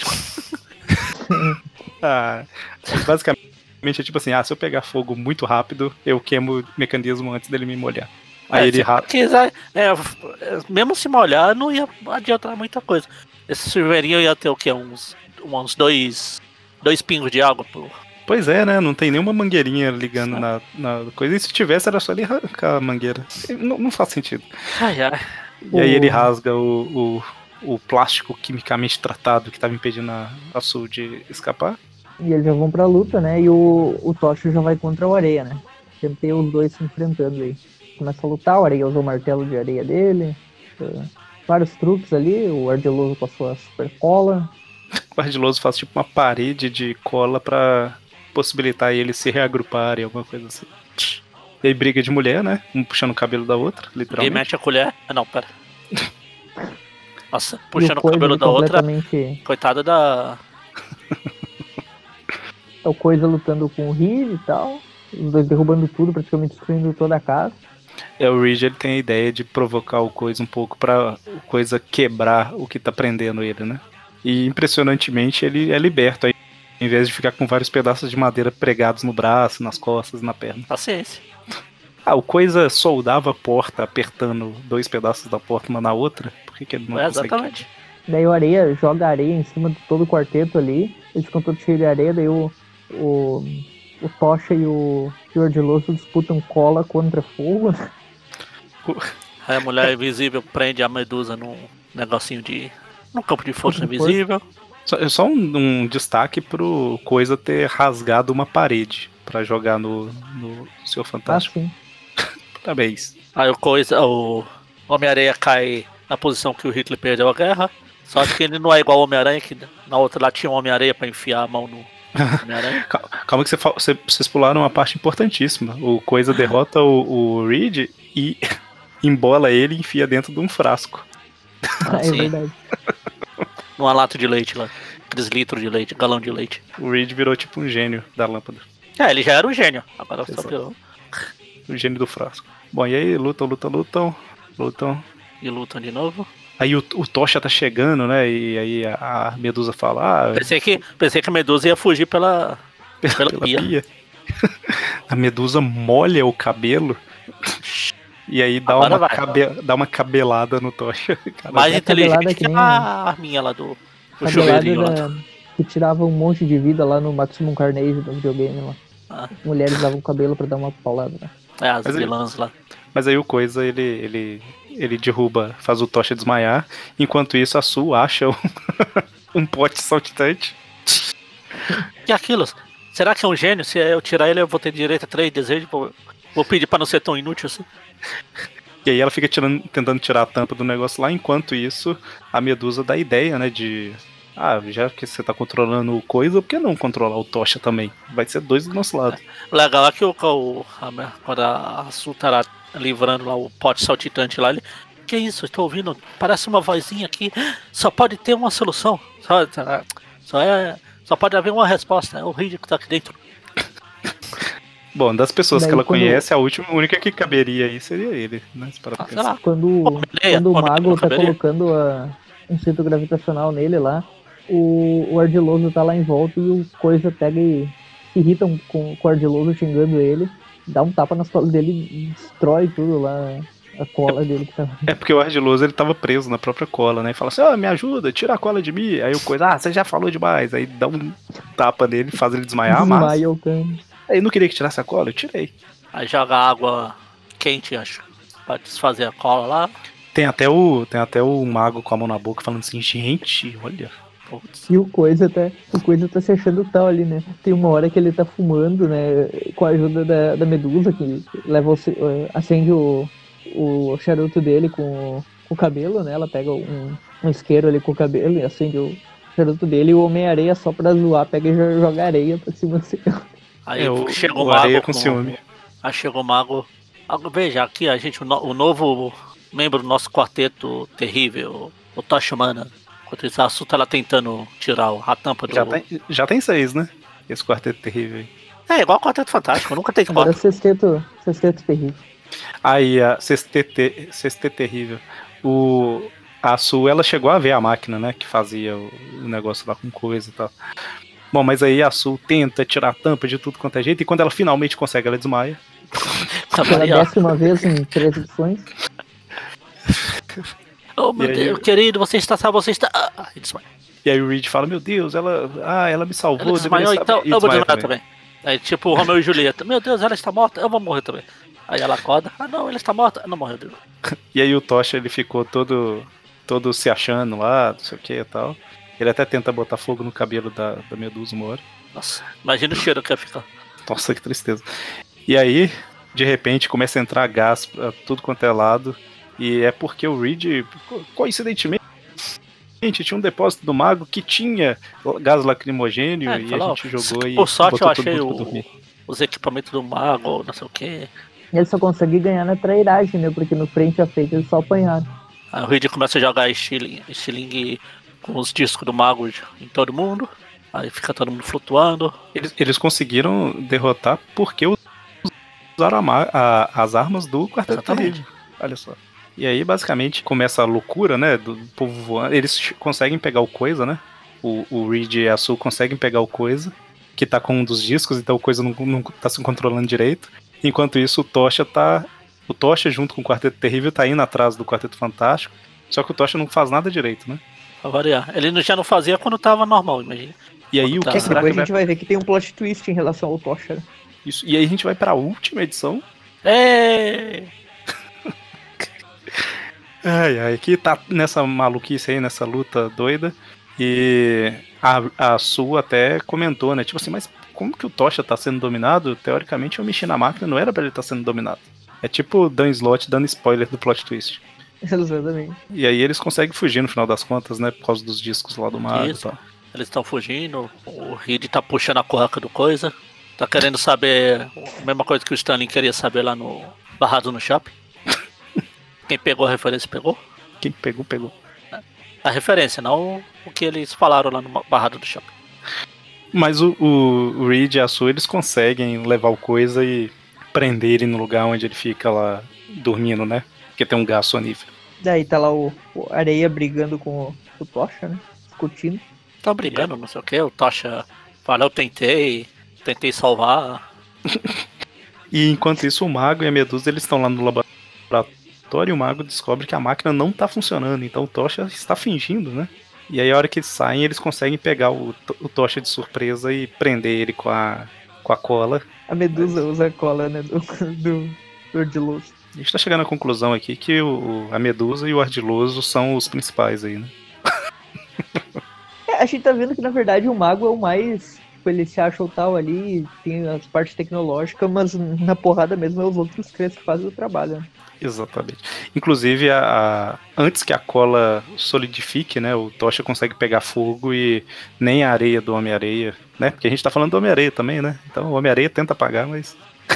Basicamente é tipo assim, se eu pegar fogo muito rápido, eu queimo o mecanismo antes dele me molhar. Aí ele mesmo se molhar, não ia adiantar muita coisa. Esse chuveirinho ia ter o quê? Uns 2 pingos de água, pô. Pois é, né? Não tem nenhuma mangueirinha ligando na coisa. E se tivesse, era só ele arrancar a mangueira. Não faz sentido. E aí ele rasga o plástico quimicamente tratado que estava impedindo a Sue de escapar. E eles já vão pra luta, né? E o Tocha já vai contra o Areia, né? Sempre tem os dois se enfrentando aí. Começa a lutar, o Areia usa o martelo de areia dele. Vários truques ali, o Ardiloso com a sua super cola. O Ardiloso faz tipo uma parede de cola pra possibilitar eles se reagruparem, alguma coisa assim. E aí briga de mulher, né? Um puxando o cabelo da outra, literalmente. E mete a colher. Não, pera. Nossa, puxando o cabelo da outra. Coitada da... É o Coisa lutando com o Reed e tal. Os dois derrubando tudo, praticamente destruindo toda a casa. O Reed ele tem a ideia de provocar o Coisa um pouco pra o Coisa quebrar o que tá prendendo ele, né? e impressionantemente ele é liberto aí, em vez de ficar com vários pedaços de madeira pregados no braço, nas costas, na perna. Paciência. O Coisa soldava a porta apertando 2 pedaços da porta uma na outra. Por que ele não consegue? Exatamente. Daí o Areia joga areia em cima de todo o quarteto ali. Eles ficam todos cheios de areia. Daí o Tocha e o Ardiloso disputam cola contra fogo. Aí a mulher invisível prende a Medusa num negocinho num campo de força invisível. Só um destaque pro Coisa ter rasgado uma parede pra jogar no Senhor Fantástico. Sim. Parabéns. Aí o Homem-Aranha cai na posição que o Hitler perdeu a guerra. Só que ele não é igual ao Homem-Aranha, que na outra lá tinha um Homem-Aranha pra enfiar a mão no Homem-Aranha. Calma que vocês pularam uma parte importantíssima. O Coisa derrota o Reed e embola ele e enfia dentro de um frasco. É verdade. Numa lata de leite lá. 3 litros de leite, galão de leite. O Reed virou tipo um gênio da lâmpada. Ele já era um gênio. Agora só piorou. O gênio do frasco. Bom, e aí lutam. E lutam de novo. Aí o Tocha tá chegando, né? E aí a Medusa fala... Pensei que a Medusa ia fugir pela pia. A Medusa molha o cabelo... E aí dá uma cabelada no Tocha. Mais inteligente que a arminha lá do chuveirinho lá. Que tirava um monte de vida lá no Maximum Carnage do videogame lá. Mulheres davam o cabelo pra dar uma paulada, né? As vilãs lá. Mas aí o Coisa, ele derruba, faz o Tocha desmaiar. Enquanto isso, a Sue acha um pote saltitante. Que aquilo? Será que é um gênio? Se eu tirar ele, eu vou ter direito a 3 desejos. Vou pedir pra não ser tão inútil assim. E aí ela fica tentando tirar a tampa do negócio lá. Enquanto isso, a Medusa dá a ideia, né, de... já que você tá controlando o Coisa, por que não controlar o Tocha também? Vai ser 2 do nosso lado. Legal é que quando a Sue tá lá livrando lá o pote saltitante lá, ele... Que isso? Estou ouvindo, parece uma vozinha aqui. Só pode ter uma solução. Só pode haver uma resposta. É o Reed que tá aqui dentro. Bom, das pessoas que ela conhece, a única que caberia aí seria ele, né? Quando o Mago tá colocando um centro gravitacional nele lá, o Ardiloso tá lá em volta e o Coisa pega e se irrita com o Ardiloso xingando ele, dá um tapa nas costas dele e destrói tudo lá, a cola dele que tava... É porque o Ardiloso, ele tava preso na própria cola, né? E fala assim, me ajuda, tira a cola de mim. Aí o Coisa, você já falou demais. Aí dá um tapa nele, faz ele desmaiar, mas... Aí não queria que tirasse a cola, eu tirei. Aí joga água quente, acho, pra desfazer a cola lá. Tem até o Mago com a mão na boca falando assim, gente, olha. Putz. E o Coisa tá se achando tal ali, né? Tem uma hora que ele tá fumando, né? Com a ajuda da Medusa, que acende o charuto dele com o cabelo, né? Ela pega um isqueiro ali com o cabelo e acende o charuto dele. E o Homem-Areia, só pra zoar, pega e joga areia pra cima do cigarro. Aí chegou o Mago com ciúme. Aí chegou o Mago. Veja, aqui a gente, o novo membro do nosso quarteto terrível, o Tocha Humana. Enquanto isso, a Sue tá lá tentando tirar a tampa do... Já tem 6, né? Esse quarteto terrível aí. É igual o Quarteto Fantástico, nunca tem 4. Agora sexteto terrível. Aí, a sexteto terrível. A Sue, ela chegou a ver a máquina, né? Que fazia o negócio lá com coisa e tal. Bom, mas aí a Sue tenta tirar a tampa de tudo quanto é jeito, e quando ela finalmente consegue, ela desmaia. Pela 10ª vez em 3 edições. Oh, meu Deus, querido, você está salvo, você está... desmaia. E aí o Reed fala, meu Deus, ela me salvou. Ela desmaiou, então eu vou desmaiar também. Aí tipo, Romeu e Julieta, meu Deus, ela está morta, eu vou morrer também. Aí ela acorda, não, ela está morta, não morreu. E aí o Tocha, ele ficou todo se achando lá, não sei o que e tal. Ele até tenta botar fogo no cabelo da Medusa uma hora. Nossa, imagina o cheiro que ia ficar. Nossa, que tristeza. E aí, de repente, começa a entrar gás pra tudo quanto é lado. E é porque o Reed, coincidentemente, tinha um depósito do Mago que tinha gás lacrimogêneo e a gente jogou e... Por sorte eu achei os equipamentos do Mago, não sei o que. Ele só conseguiu ganhar na trairagem, né? Porque no frente a frente eles só apanharam. Aí o Reed começa a jogar estilingue com os discos do Mago em todo mundo. Aí fica todo mundo flutuando. Eles conseguiram derrotar porque usaram as armas do Quarteto Terrível. Olha só. E aí, basicamente, começa a loucura, né? Do povo voando. Eles conseguem pegar o Coisa, né? O Reed e a Sul conseguem pegar o Coisa, que tá com um dos discos, então o Coisa não tá se controlando direito. Enquanto isso, o Tocha, junto com o Quarteto Terrível, tá indo atrás do Quarteto Fantástico. Só que o Tocha não faz nada direito, né? Pra variar. Ele já não fazia quando tava normal, imagina. E aí, o que será depois que a gente vai ver que tem um plot twist em relação ao Tocha. Isso. E aí a gente vai pra última edição. Ai, que tá nessa maluquice aí, nessa luta doida. E a Su até comentou, né? Tipo assim, mas como que o Tocha tá sendo dominado? Teoricamente eu mexi na máquina, não era pra ele estar sendo dominado. É tipo o Dan Slott dando spoiler do plot twist. Exatamente. E aí eles conseguem fugir no final das contas, né? Por causa dos discos lá do mago e tal. Eles estão fugindo, o Reed tá puxando a cueca do Coisa. Tá querendo saber a mesma coisa que o Stanley queria saber lá no Barrado no Shopping. Quem pegou a referência, pegou. Quem pegou, pegou. A referência, não o que eles falaram lá no Barrado do Shopping. Mas o Reed e a Sue, eles conseguem levar o Coisa e prender ele no lugar onde ele fica lá dormindo, né? Porque tem um gás sonífero. Daí tá lá o Areia brigando com o Tocha, né? Discutindo. Tá brigando, não sei o que. O Tocha fala, eu tentei salvar. E enquanto isso, o Mago e a Medusa, eles estão lá no laboratório e o Mago descobre que a máquina não tá funcionando. Então o Tocha está fingindo, né? E aí a hora que eles saem, eles conseguem pegar o Tocha de surpresa e prender ele com a cola. A Medusa usa a cola, né? Do Ardiloso. A gente tá chegando à conclusão aqui que a Medusa e o Ardiloso são os principais aí, né? A gente tá vendo que, na verdade, o Mago é o mais... Tipo, ele se acha o tal ali, tem as partes tecnológicas, mas na porrada mesmo é os outros três que fazem o trabalho, né? Exatamente. Inclusive, antes que a cola solidifique, né, o Tocha consegue pegar fogo e nem a areia do Homem-Areia, né? Porque a gente tá falando do Homem-Areia também, né? Então o Homem-Areia tenta apagar, mas...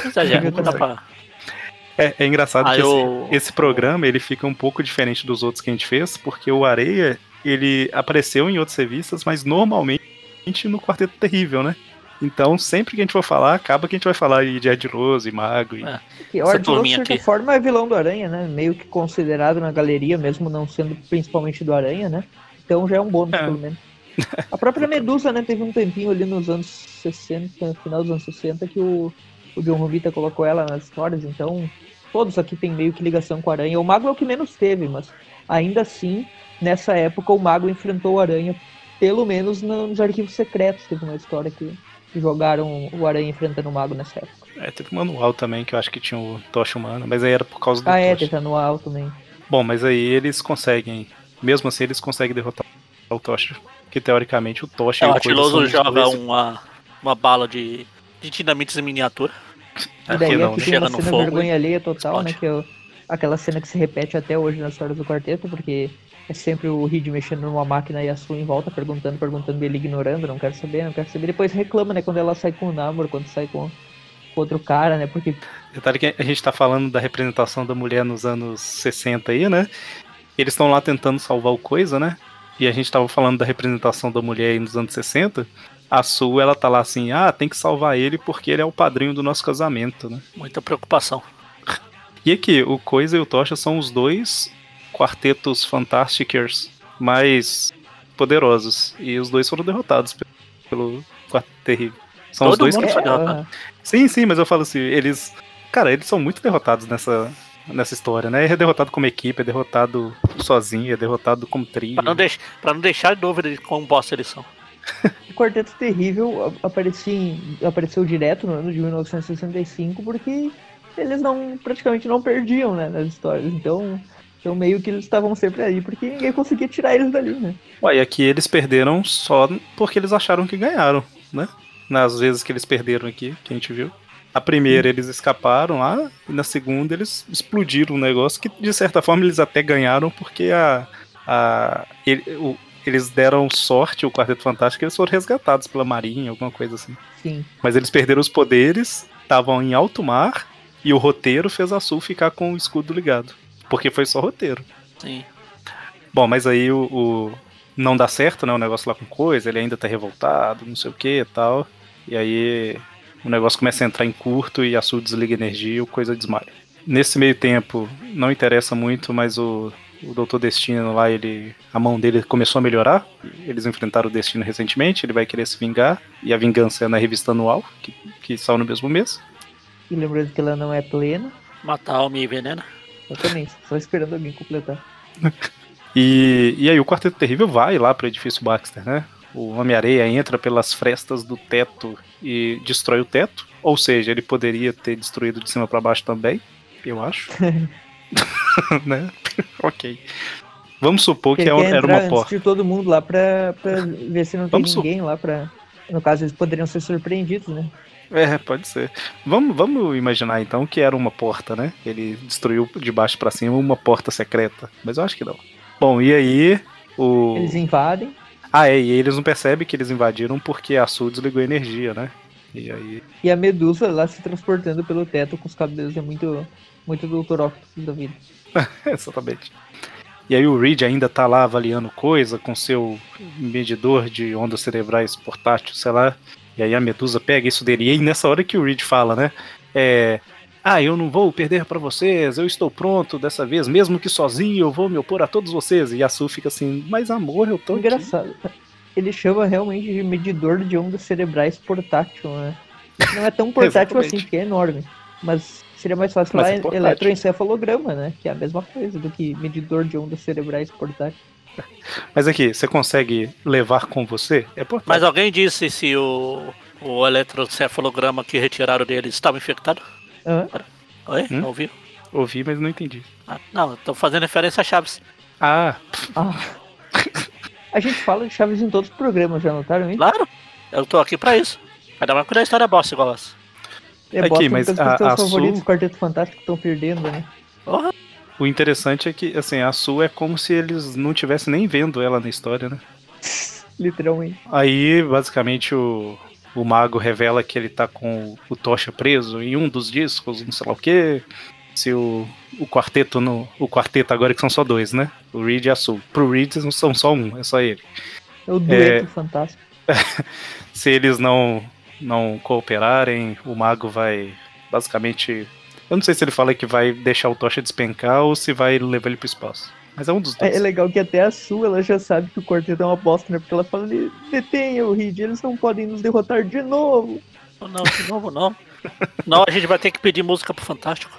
É engraçado que esse programa ele fica um pouco diferente dos outros que a gente fez, porque o Areia, ele apareceu em outras revistas, mas normalmente no Quarteto Terrível, né? Então, sempre que a gente for falar, acaba que a gente vai falar de Ardiloso e Mago. E o Ardiloso, de certa forma, é vilão do Aranha, né? Meio que considerado na galeria, mesmo não sendo principalmente do Aranha, né? Então já é um bônus, pelo menos. A própria Medusa, né? Teve um tempinho ali nos anos 60, final dos anos 60, que o John Romita colocou ela nas histórias, então todos aqui tem meio que ligação com o Aranha. O Mago é o que menos teve, mas ainda assim, nessa época, o Mago enfrentou o Aranha, pelo menos nos arquivos secretos. Teve uma história que jogaram o Aranha enfrentando o Mago nessa época. Teve um manual também, que eu acho que tinha o Tocha Humano, mas aí era por causa do Tocha. Teve manual também. Bom, mas aí eles conseguem, mesmo assim eles conseguem derrotar o Tocha, que teoricamente o Tocha... O Ardiloso joga uma bala de dinamites em miniatura. E daí aqui tem uma cena vergonha alheia total, né? Que é aquela cena que se repete até hoje nas histórias do quarteto, porque é sempre o Reed mexendo numa máquina e a Sue em volta, perguntando, ele ignorando, não quero saber. Depois reclama, né, quando ela sai com o Namor, quando sai com outro cara, né, porque... Detalhe que a gente tá falando da representação da mulher nos anos 60 aí, né? Eles estão lá tentando salvar o Coisa, né? E a gente tava falando da representação da mulher aí nos anos 60. A Sue, ela tá lá assim, tem que salvar ele porque ele é o padrinho do nosso casamento, né? Muita preocupação. E aqui, o Coisa e o Tocha são os dois quartetos Fantasticers mais poderosos. E os dois foram derrotados pelo Quarteto Terrível. São os dois que foram derrotados. Sim, mas eu falo assim, eles são muito derrotados nessa história, né? É derrotado como equipe, é derrotado sozinho, é derrotado como trio. Pra não deixar dúvida de como bosta eles são. O Quarteto Terrível apareceu direto no ano de 1965, porque eles praticamente não perdiam, né, nas histórias. Então meio que eles estavam sempre aí, porque ninguém conseguia tirar eles dali, né? E aqui eles perderam só porque eles acharam que ganharam, né? Nas vezes que eles perderam aqui, que a gente viu. A primeira eles escaparam lá, e na segunda eles explodiram o negócio, que de certa forma eles até ganharam, porque eles deram sorte, o Quarteto Fantástico, eles foram resgatados pela Marinha, alguma coisa assim. Sim. Mas eles perderam os poderes, estavam em alto mar, e o roteiro fez a Sul ficar com o escudo ligado. Porque foi só roteiro. Sim. Bom, mas aí não dá certo, né? O negócio lá com Coisa, ele ainda tá revoltado, não sei o que e tal. E aí o negócio começa a entrar em curto e a Sul desliga a energia e o Coisa desmaia. Nesse meio tempo, não interessa muito, mas o Doutor Destino lá, a mão dele começou a melhorar. Eles enfrentaram o Destino recentemente, ele vai querer se vingar. E a vingança é na revista anual, que saiu no mesmo mês. E lembrando que ela não é plena. Matar a alma e envenena. Exatamente, só esperando alguém completar. E aí o Quarteto Terrível vai lá pro edifício Baxter, né? O Homem-Areia entra pelas frestas do teto e destrói o teto. Ou seja, ele poderia ter destruído de cima para baixo também, eu acho. Né? Ok. Vamos supor que era uma porta. Antes de todo mundo lá pra ver se não tem ninguém lá pra... No caso, eles poderiam ser surpreendidos, né? Pode ser. Vamos imaginar então que era uma porta, né? Ele destruiu de baixo para cima uma porta secreta. Mas eu acho que não. Bom, e aí eles invadem. E eles não percebem que eles invadiram porque a Sue desligou a energia, né? E a Medusa lá se transportando pelo teto com os cabelos, é muito, muito Dr. Octopus da vida. Exatamente. E aí o Reed ainda tá lá avaliando coisa com seu medidor de ondas cerebrais portátil, sei lá. E aí a Medusa pega isso dele. E aí nessa hora que o Reed fala, né? Eu não vou perder pra vocês, eu estou pronto dessa vez, mesmo que sozinho eu vou me opor a todos vocês. E a Sue fica assim, mas amor, eu tô engraçado. Aqui. Ele chama realmente de medidor de ondas cerebrais portátil, né? Não é tão portátil assim, porque é enorme. Mas seria mais fácil lá eletroencefalograma, né? Que é a mesma coisa do que medidor de ondas cerebrais portátil. Mas aqui, você consegue levar com você? É portátil. Mas alguém disse se o eletroencefalograma que retiraram dele estava infectado? Oi? Ouviu? Ouvi, mas não entendi. Não, tô fazendo referência a Chaves. A gente fala de Chaves em todos os programas, já notaram isso? Claro, eu tô aqui pra isso. Ainda mais quando a história é bosta igual essa. Aqui, mas os teus favoritos do Quarteto Fantástico estão perdendo, né? O interessante é que, assim, a Sue é como se eles não tivessem nem vendo ela na história, né? Literalmente. Aí, basicamente, o mago revela que ele tá com o Tocha preso em um dos discos, não sei lá o quê. Se o quarteto o quarteto agora que são só dois, né? O Reed e a Sue. Pro Reed não são só um, é só ele. É o dueto fantástico. Se eles não cooperarem, o mago vai basicamente... Eu não sei se ele fala que vai deixar o Tocha despencar ou se vai levar ele pro espaço. Mas é um dos dois. É legal que até a Sue, ela já sabe que o quarteto é uma bosta, né? Porque ela fala, detenha o Reed, eles não podem nos derrotar de novo. Não, de novo não. Não, a gente vai ter que pedir música pro Fantástico.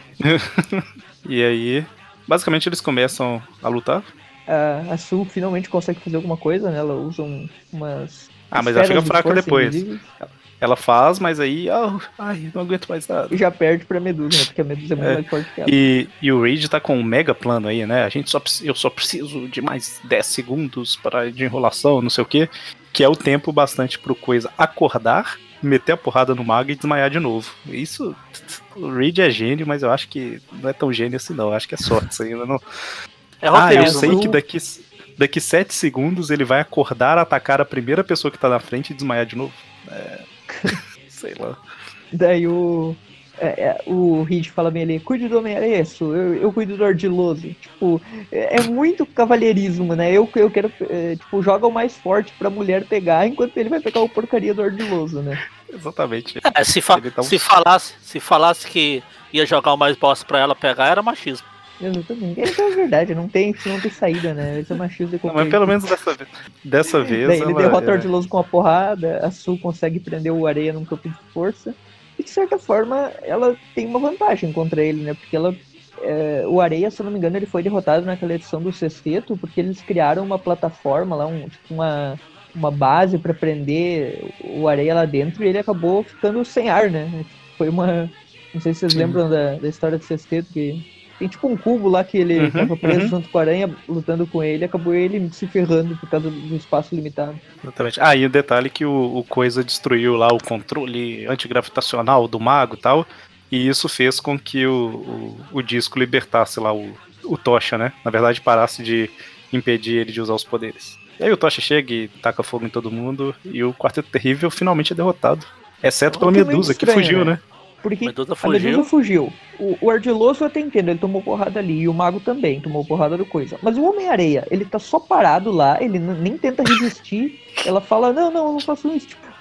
E aí, basicamente eles começam a lutar. A Sue finalmente consegue fazer alguma coisa, né? Ela usa umas... mas ela fica fraca depois. Ela faz, mas aí... não aguento mais nada. E já perde pra Medusa, né? Porque a Medusa é muito mais forte que ela. E o Reed tá com um mega plano aí, né? Eu só preciso de mais 10 segundos de enrolação, não sei o quê. Que é o tempo bastante pro Coisa acordar, meter a porrada no mago e desmaiar de novo. Isso... O Reed é gênio, mas eu acho que não é tão gênio assim não. Eu acho que é sorte isso ainda não... eu sei que daqui 7 segundos ele vai acordar, atacar a primeira pessoa que tá na frente e desmaiar de novo. Sei lá. Daí o Reed fala bem ali, cuide do Homem-Aranha, eu cuido do Ardiloso. Tipo, é muito cavalheirismo, né? Eu quero, joga o mais forte pra mulher pegar, enquanto ele vai pegar o porcaria do Ardiloso, né? Exatamente. Se falasse que ia jogar o mais bosta pra ela pegar, era machismo. Exatamente. Essa é a verdade, não tem saída, né? Esse é machismo de mas pelo menos dessa vez. Daí ele derrota o Ardiloso com uma porrada, a Sue consegue prender o Areia num campo de força. E de certa forma, ela tem uma vantagem contra ele, né? Porque o Areia, se eu não me engano, ele foi derrotado naquela edição do Sexteto, porque eles criaram uma plataforma lá, uma base pra prender o Areia lá dentro, e ele acabou ficando sem ar, né? Foi uma... Não sei se vocês lembram da história do Sexteto, que... Tem tipo um cubo lá que ele tava preso junto com a Aranha, lutando com ele, acabou ele se ferrando por causa do espaço limitado. Exatamente. E o detalhe que o Coisa destruiu lá o controle antigravitacional do mago e tal, e isso fez com que o disco libertasse lá o Tocha, né? Na verdade, parasse de impedir ele de usar os poderes. E aí o Tocha chega e taca fogo em todo mundo, e o Quarteto Terrível finalmente é derrotado. Exceto pela Medusa, que fugiu, né? Porque a Medusa fugiu. O Ardiloso eu até entendo, ele tomou porrada ali, e o Mago também tomou porrada do Coisa. Mas o Homem-Areia, ele tá só parado lá, ele nem tenta resistir. Ela fala, não faço isso. Tipo,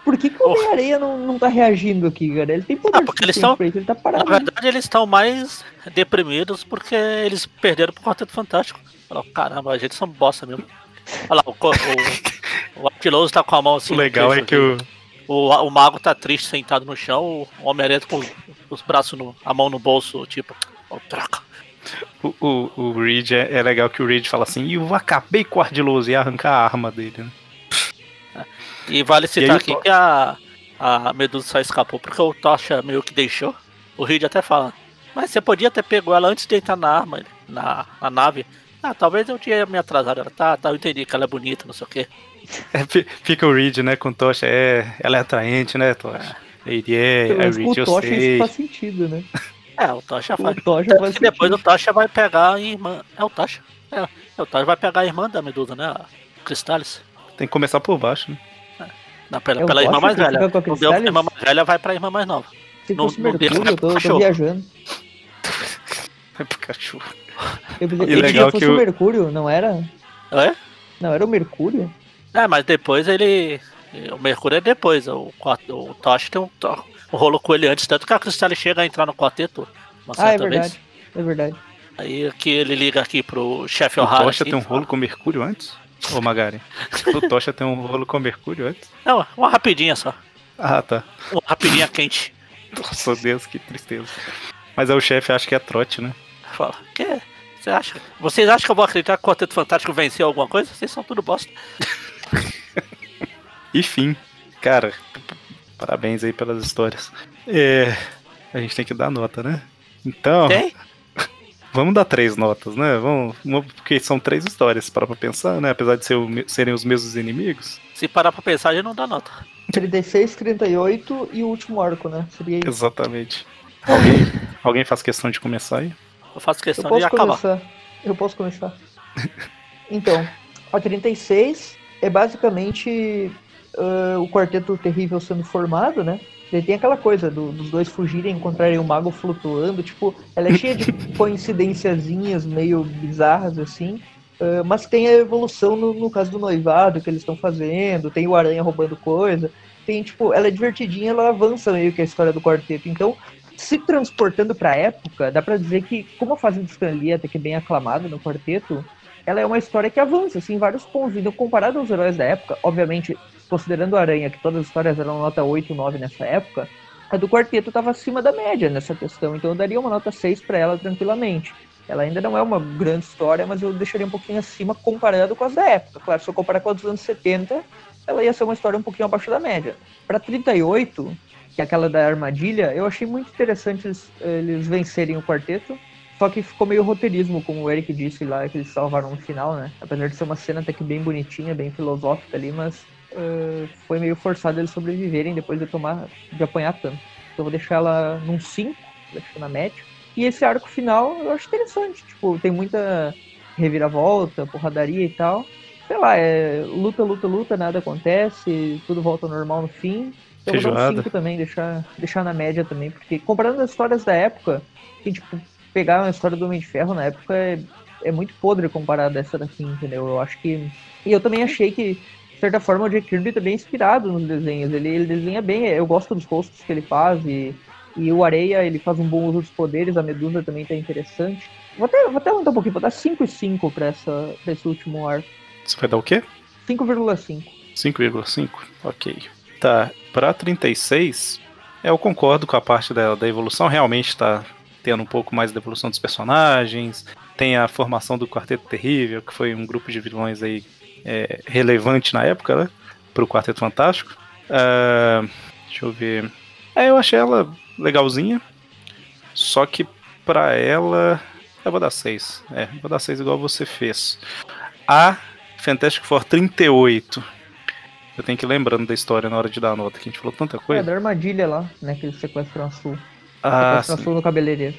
Por que o Homem-Aranha não tá reagindo aqui, cara? Ele tem poder porque eles estão, ele tá parado. Na verdade, eles estão mais deprimidos porque eles perderam pro Quarteto Fantástico. Falaram, caramba, a gente são bosta mesmo. Olha lá, o Arquiloso tá com a mão assim. O legal é que o Mago tá triste, sentado no chão, o Homem-Aranha com os braços, a mão no bolso, tipo, troca. O Reed é legal que o Reed fala assim, eu acabei com o Ardiloso e arrancar a arma dele, né? E vale citar aqui que a Medusa só escapou porque o Tocha meio que deixou. O Reed até fala, mas você podia ter pego ela antes de entrar na arma, na nave. Talvez eu tinha me atrasado. Ela tá, eu entendi que ela é bonita, não sei o quê. Fica o Reed, né, com o Tocha, ela é atraente, né, Tocha? Ele o Reed, o Tocha isso faz sentido, né? O Tocha faz. E depois o Tocha vai pegar a irmã. O Tocha. O Tocha vai pegar a irmã da Medusa, né? A Cristales. Tem que começar por baixo, né? Não, pela irmã mais velha. Não deu pra irmã mais velha, vai pra irmã mais nova. Se fosse Mercúrio, eu tô viajando. É pro cachorro. Ele fosse o Mercúrio, não era? É? Não, era o Mercúrio? Mas depois o Mercúrio é depois. O Tocha tem um rolo com ele antes, tanto que a Cristale chega a entrar no quarteto uma certa vez. É verdade. Aí aqui ele liga aqui pro chefe O'Hara. O Tocha tem um rolo com o Mercúrio antes? Ô Magari, o Tocha tem um rolo com o Mercúrio antes? Não, uma rapidinha só. Ah, tá. Uma rapidinha quente. Nossa Deus, que tristeza. Mas o chefe acha que é trote, né? Fala, que? Você acha? Vocês acham que eu vou acreditar que o Quarteto Fantástico venceu alguma coisa? Vocês são tudo bosta. Enfim, cara, parabéns aí pelas histórias. A gente tem que dar nota, né? Então, vamos dar 3 notas, né? Porque são 3 histórias, para pensar, né? Apesar de serem os mesmos inimigos. Se parar pra pensar, a gente não dá nota. 36, 38 e o último arco, né? Seria isso. Exatamente. Alguém faz questão de começar aí? Eu faço questão de acabar. Eu posso começar. Então, a 36 é basicamente o Quarteto Terrível sendo formado, né? Ele tem aquela coisa dos dois fugirem, encontrarem o mago flutuando, tipo, ela é cheia de coincidênciazinhas meio bizarras, assim, mas tem a evolução no caso do noivado que eles estão fazendo, tem o Aranha roubando coisa, tem, tipo, ela é divertidinha, ela avança meio que a história do quarteto, então, se transportando pra época, dá pra dizer que, como a fase do Stan Lee é até que bem aclamada no quarteto, ela é uma história que avança, assim, em vários pontos. Então, comparado aos heróis da época, obviamente, considerando a Aranha, que todas as histórias eram nota 8 e 9 nessa época, a do quarteto estava acima da média nessa questão. Então, eu daria uma nota 6 para ela tranquilamente. Ela ainda não é uma grande história, mas eu deixaria um pouquinho acima comparado com as da época. Claro, se eu comparar com as dos anos 70, ela ia ser uma história um pouquinho abaixo da média. Para 38, que é aquela da armadilha, eu achei muito interessante eles vencerem o quarteto. Só que ficou meio roteirismo, como o Eric disse lá, que eles salvaram no final, né? Apesar de ser uma cena até que bem bonitinha, bem filosófica ali, mas foi meio forçado eles sobreviverem depois de apanhar tanto. Então eu vou deixar ela num 5, deixar na média. E esse arco final eu acho interessante, tipo, tem muita reviravolta, porradaria e tal. Sei lá, luta, nada acontece, tudo volta ao normal no fim. Então eu vou dar um 5 também, deixar na média também, porque comparando as histórias da época, que tipo, pegar uma história do Homem de Ferro na época é muito podre comparado a essa daqui, entendeu? Eu acho que... E eu também achei que, de certa forma, o Jack Kirby também é inspirado nos desenhos. Ele desenha bem, eu gosto dos rostos que ele faz, e o Areia, ele faz um bom uso dos poderes, a Medusa também tá interessante. Vou até aumentar um pouquinho, vou dar 5,5 pra esse último arco. Você vai dar o quê? 5,5. 5,5? Ok. Tá, pra 36, eu concordo com a parte da evolução, realmente tá tendo um pouco mais da evolução dos personagens, tem a formação do Quarteto Terrível, que foi um grupo de vilões aí relevante na época, né, pro Quarteto Fantástico. Deixa eu ver. Eu achei ela legalzinha, só que pra ela eu vou dar 6. Vou dar 6 igual você fez. A Fantastic Four 38, eu tenho que ir lembrando da história na hora de dar a nota, que a gente falou tanta coisa. Da armadilha lá, né, que eles sequestram a Sul. Sequestram a Sul no cabeleireiro.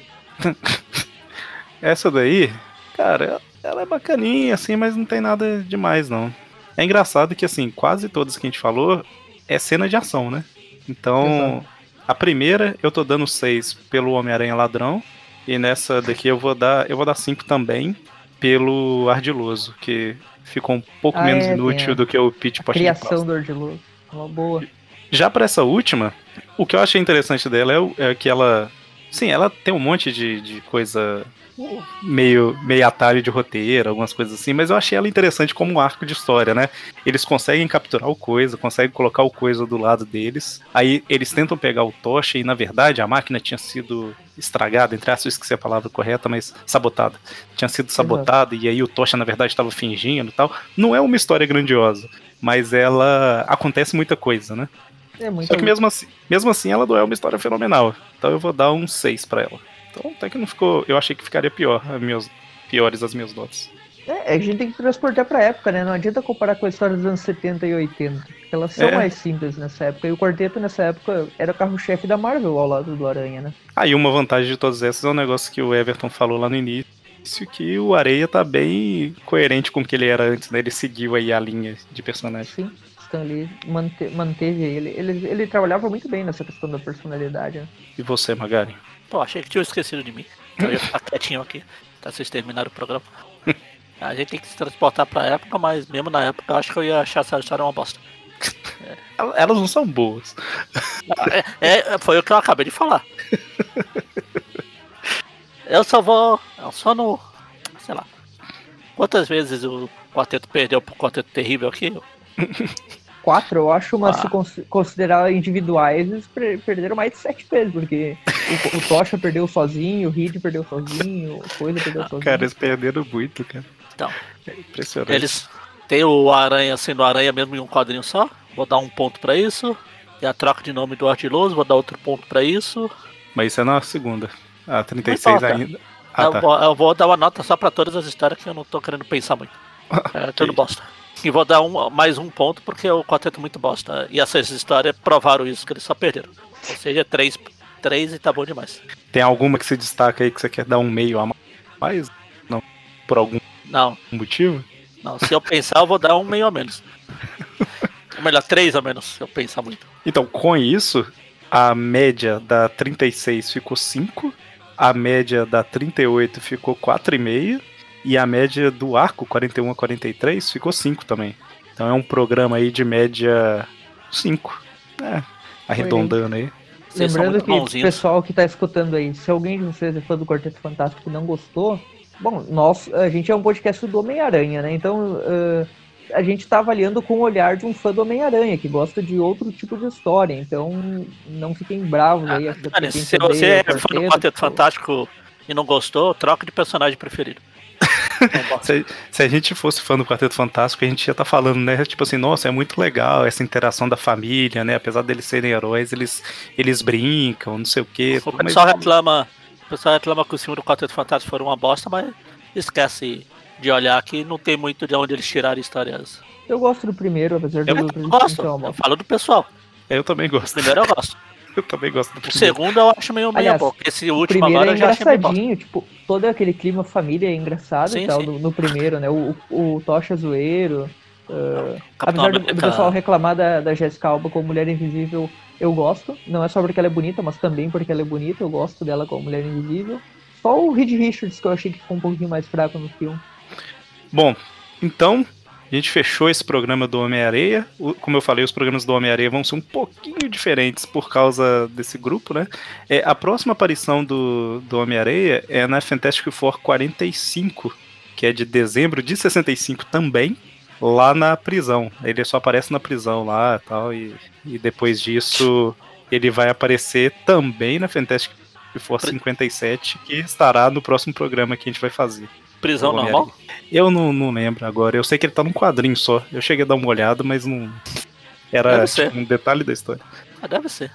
Essa daí, cara, ela é bacaninha, assim, mas não tem nada demais, não. É engraçado que, assim, quase todas que a gente falou é cena de ação, né? Então, exato. A primeira eu tô dando 6 pelo Homem-Aranha Ladrão, e nessa daqui eu vou dar 5 também pelo Ardiloso, que ficou um pouco menos inútil do que o Pete Pot de criação do Ardiloso, uma boa. Já para essa última, o que eu achei interessante dela é que ela... Sim, ela tem um monte de coisa meio atalho de roteiro, algumas coisas assim, mas eu achei ela interessante como um arco de história, né? Eles conseguem capturar o Coisa, conseguem colocar o Coisa do lado deles, aí eles tentam pegar o Tocha e, na verdade, a máquina tinha sido estragada, entre aspas, esqueci a palavra correta, mas sabotada. Tinha sido sabotada, e aí o Tocha, na verdade, estava fingindo e tal. Não é uma história grandiosa, mas ela... acontece muita coisa, né? Só que mesmo assim ela não é uma história fenomenal. Então eu vou dar um 6 pra ela. Então até que não ficou... Eu achei que ficaria piores as minhas notas. A gente tem que transportar pra época, né? Não adianta comparar com a história dos anos 70 e 80. Elas são mais simples nessa época. E o Quarteto nessa época era o carro-chefe da Marvel ao lado do Aranha, né? E uma vantagem de todas essas é um negócio que o Everton falou lá no início, que o Areia tá bem coerente com o que ele era antes, né? Ele seguiu aí a linha de personagem. Sim. Stan Lee manteve ele trabalhava muito bem nessa questão da personalidade, né? E você, Magari? Pô, achei que tinha esquecido de mim. Eu ia ficar quietinho aqui, até vocês terminarem o programa. A gente tem que se transportar pra época, mas mesmo na época eu acho que eu ia achar essa história uma bosta. Elas não são boas. Foi o que eu acabei de falar. Eu só no... Sei lá. Quantas vezes o Quarteto perdeu pro Quarteto Terrível aqui? 4, eu acho, mas se considerar individuais, eles perderam mais de 7 vezes, porque o Tocha perdeu sozinho, o Reed perdeu sozinho, o Coisa perdeu sozinho. Cara, eles perderam muito, cara. Então, é impressionante. Eles têm o Aranha sendo Aranha mesmo em um quadrinho só, vou dar um ponto pra isso. E a troca de nome do Ardiloso, vou dar outro ponto pra isso. Mas isso é na segunda. A 36 ainda. Eu vou dar uma nota só pra todas as histórias que eu não tô querendo pensar muito. Tudo bosta. E vou dar mais um ponto porque o Quarteto é muito bosta. E essas histórias provaram isso, que eles só perderam. Ou seja, 3 e tá bom demais. Tem alguma que se destaca aí que você quer dar um meio a mais? Não. Por algum motivo? Não, se eu pensar, eu vou dar um meio a menos. Ou melhor, 3 a menos, se eu pensar muito. Então, com isso, a média da 36 ficou 5, a média da 38 ficou 4,5. E a média do arco 41 a 43 ficou 5 também. Então é um programa aí de média 5. Arredondando aí. Lembrando que o pessoal que tá escutando aí, se alguém de vocês é fã do Quarteto Fantástico e não gostou, bom, a gente é um podcast do Homem-Aranha, né? Então a gente tá avaliando com o olhar de um fã do Homem-Aranha, que gosta de outro tipo de história. Então não fiquem bravos aí. Se você é fã do Quarteto Fantástico e não gostou, troca de personagem preferido. Se a gente fosse fã do Quarteto Fantástico, a gente ia estar falando, né? Tipo assim, nossa, é muito legal essa interação da família, né? Apesar deles serem heróis, eles brincam, não sei o quê. O pessoal reclama que o filme do Quarteto Fantástico foi uma bosta, mas esquece de olhar que não tem muito de onde eles tiraram histórias. Eu gosto do primeiro, apesar de eu gosto. Eu falo do pessoal. Eu também gosto. O primeiro eu gosto. Eu também gosto do primeiro. O segundo eu acho meio boca. Esse último agora eu já achei engraçadinho, tipo, todo aquele clima família é engraçado e tal, no primeiro, né? O Tocha zoeiro. Apesar do pessoal reclamar da Jessica Alba como Mulher Invisível, eu gosto. Não é só porque ela é bonita, mas também porque ela é bonita. Eu gosto dela como Mulher Invisível. Só o Reed Richards que eu achei que ficou um pouquinho mais fraco no filme. Bom, então... A gente fechou esse programa do Homem-Aranha. Como eu falei, os programas do Homem-Aranha vão ser um pouquinho diferentes por causa desse grupo, né? A próxima aparição do Homem-Aranha é na Fantastic Four 45, que é de dezembro de 65 também, lá na prisão. Ele só aparece na prisão lá e tal, e depois disso ele vai aparecer também na Fantastic Four 57, que estará no próximo programa que a gente vai fazer. Prisão normal? Eu não lembro agora. Eu sei que ele tá num quadrinho só. Eu cheguei a dar uma olhada, mas não... Era tipo, um detalhe da história. Deve ser.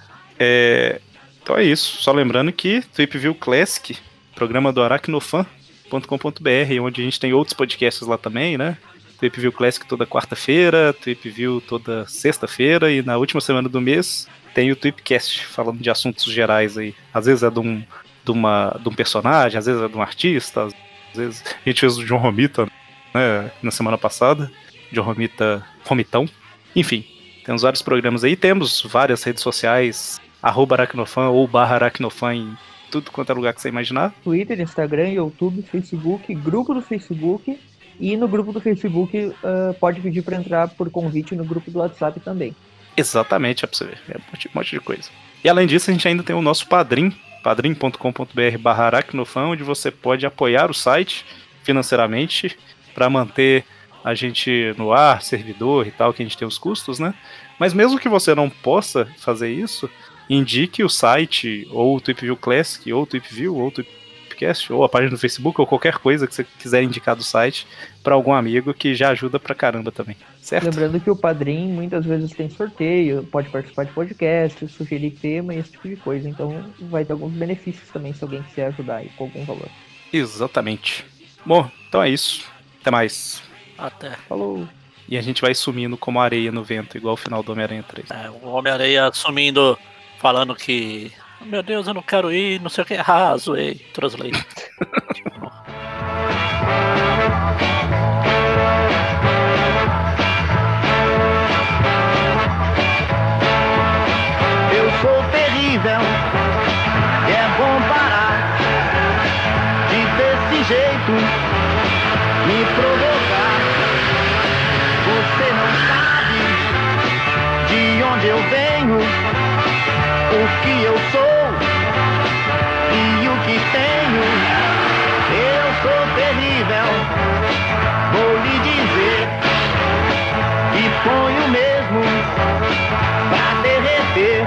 Então é isso. Só lembrando que Tweep View Classic, programa do aracnofan.com.br, onde a gente tem outros podcasts lá também, né? Tweep View Classic toda quarta-feira, Tweep View toda sexta-feira, e na última semana do mês tem o Tweepcast, falando de assuntos gerais aí. Às vezes é de um personagem, às vezes é de um artista, às vezes a gente fez o John Romita, né, na semana passada. John Romitão. Enfim, temos vários programas aí. Temos várias redes sociais, @aracnofan ou /aracnofan em tudo quanto é lugar que você imaginar. Twitter, Instagram, YouTube, Facebook, grupo do Facebook. E no grupo do Facebook pode pedir para entrar por convite no grupo do WhatsApp também. Exatamente, é pra você ver. É um monte de coisa. E além disso, a gente ainda tem o nosso Padrim, padrim.com.br/aracnofan, onde você pode apoiar o site financeiramente para manter a gente no ar, servidor e tal, que a gente tem os custos, né? Mas mesmo que você não possa fazer isso, indique o site, ou o Tweepview Classic, ou o Tweepview, ou o Tweepcast, ou a página do Facebook, ou qualquer coisa que você quiser indicar do site para algum amigo, que já ajuda pra caramba também, certo? Lembrando que o Padrim muitas vezes tem sorteio, pode participar de podcast, sugerir tema e esse tipo de coisa, então vai ter alguns benefícios também se alguém quiser ajudar aí com algum valor. Exatamente. Bom, então é isso. Até mais. Até. Falou. E a gente vai sumindo como areia no vento, igual o final do Homem-Aranha 3. O Homem-Aranha sumindo, falando que... Meu Deus, eu não quero ir, não sei o que. Ah, zoei, translei. Eu sou terrível, e é bom parar de desse jeito me provocar. Você não sabe de onde eu venho, o que eu sou e o que tenho. Eu sou terrível, vou lhe dizer, e ponho mesmo pra derreter.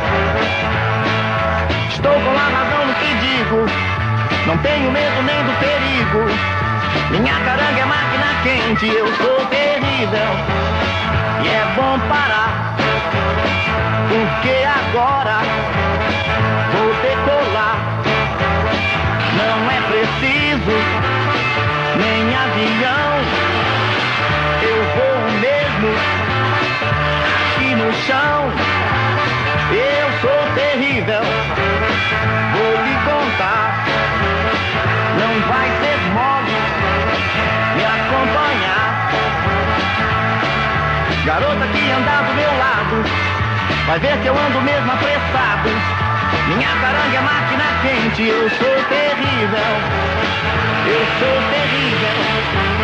Estou com a razão no que digo, não tenho medo nem do perigo. Minha caranga é máquina quente, eu sou terrível, e é bom parar, porque agora vou decolar. Não é preciso nem avião, eu vou mesmo aqui no chão. Eu sou terrível, vou lhe contar, não vai ser mole me acompanhar. Garota que anda do meu lado, vai ver que eu ando mesmo apressado. Minha caranga é máquina quente, eu sou terrível, eu sou terrível.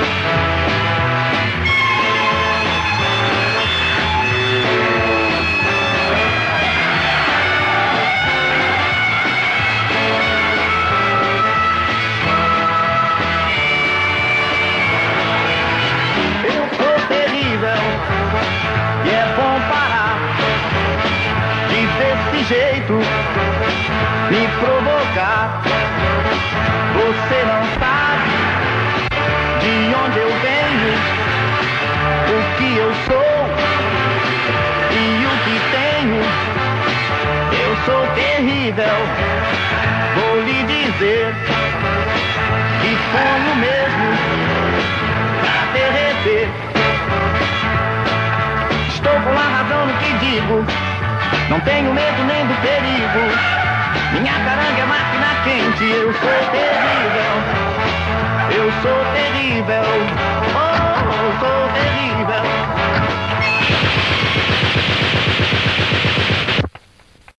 Eu sou terrível, e é bom parar de desse jeito me provocar. Você não sabe de onde eu venho, o que eu sou e o que tenho. Eu sou terrível, vou lhe dizer, e ponho mesmo pra derreter. Estou com a razão no que digo, não tenho medo nem do perigo. Minha caranga é máquina quente, eu sou terrível, eu sou terrível. Oh,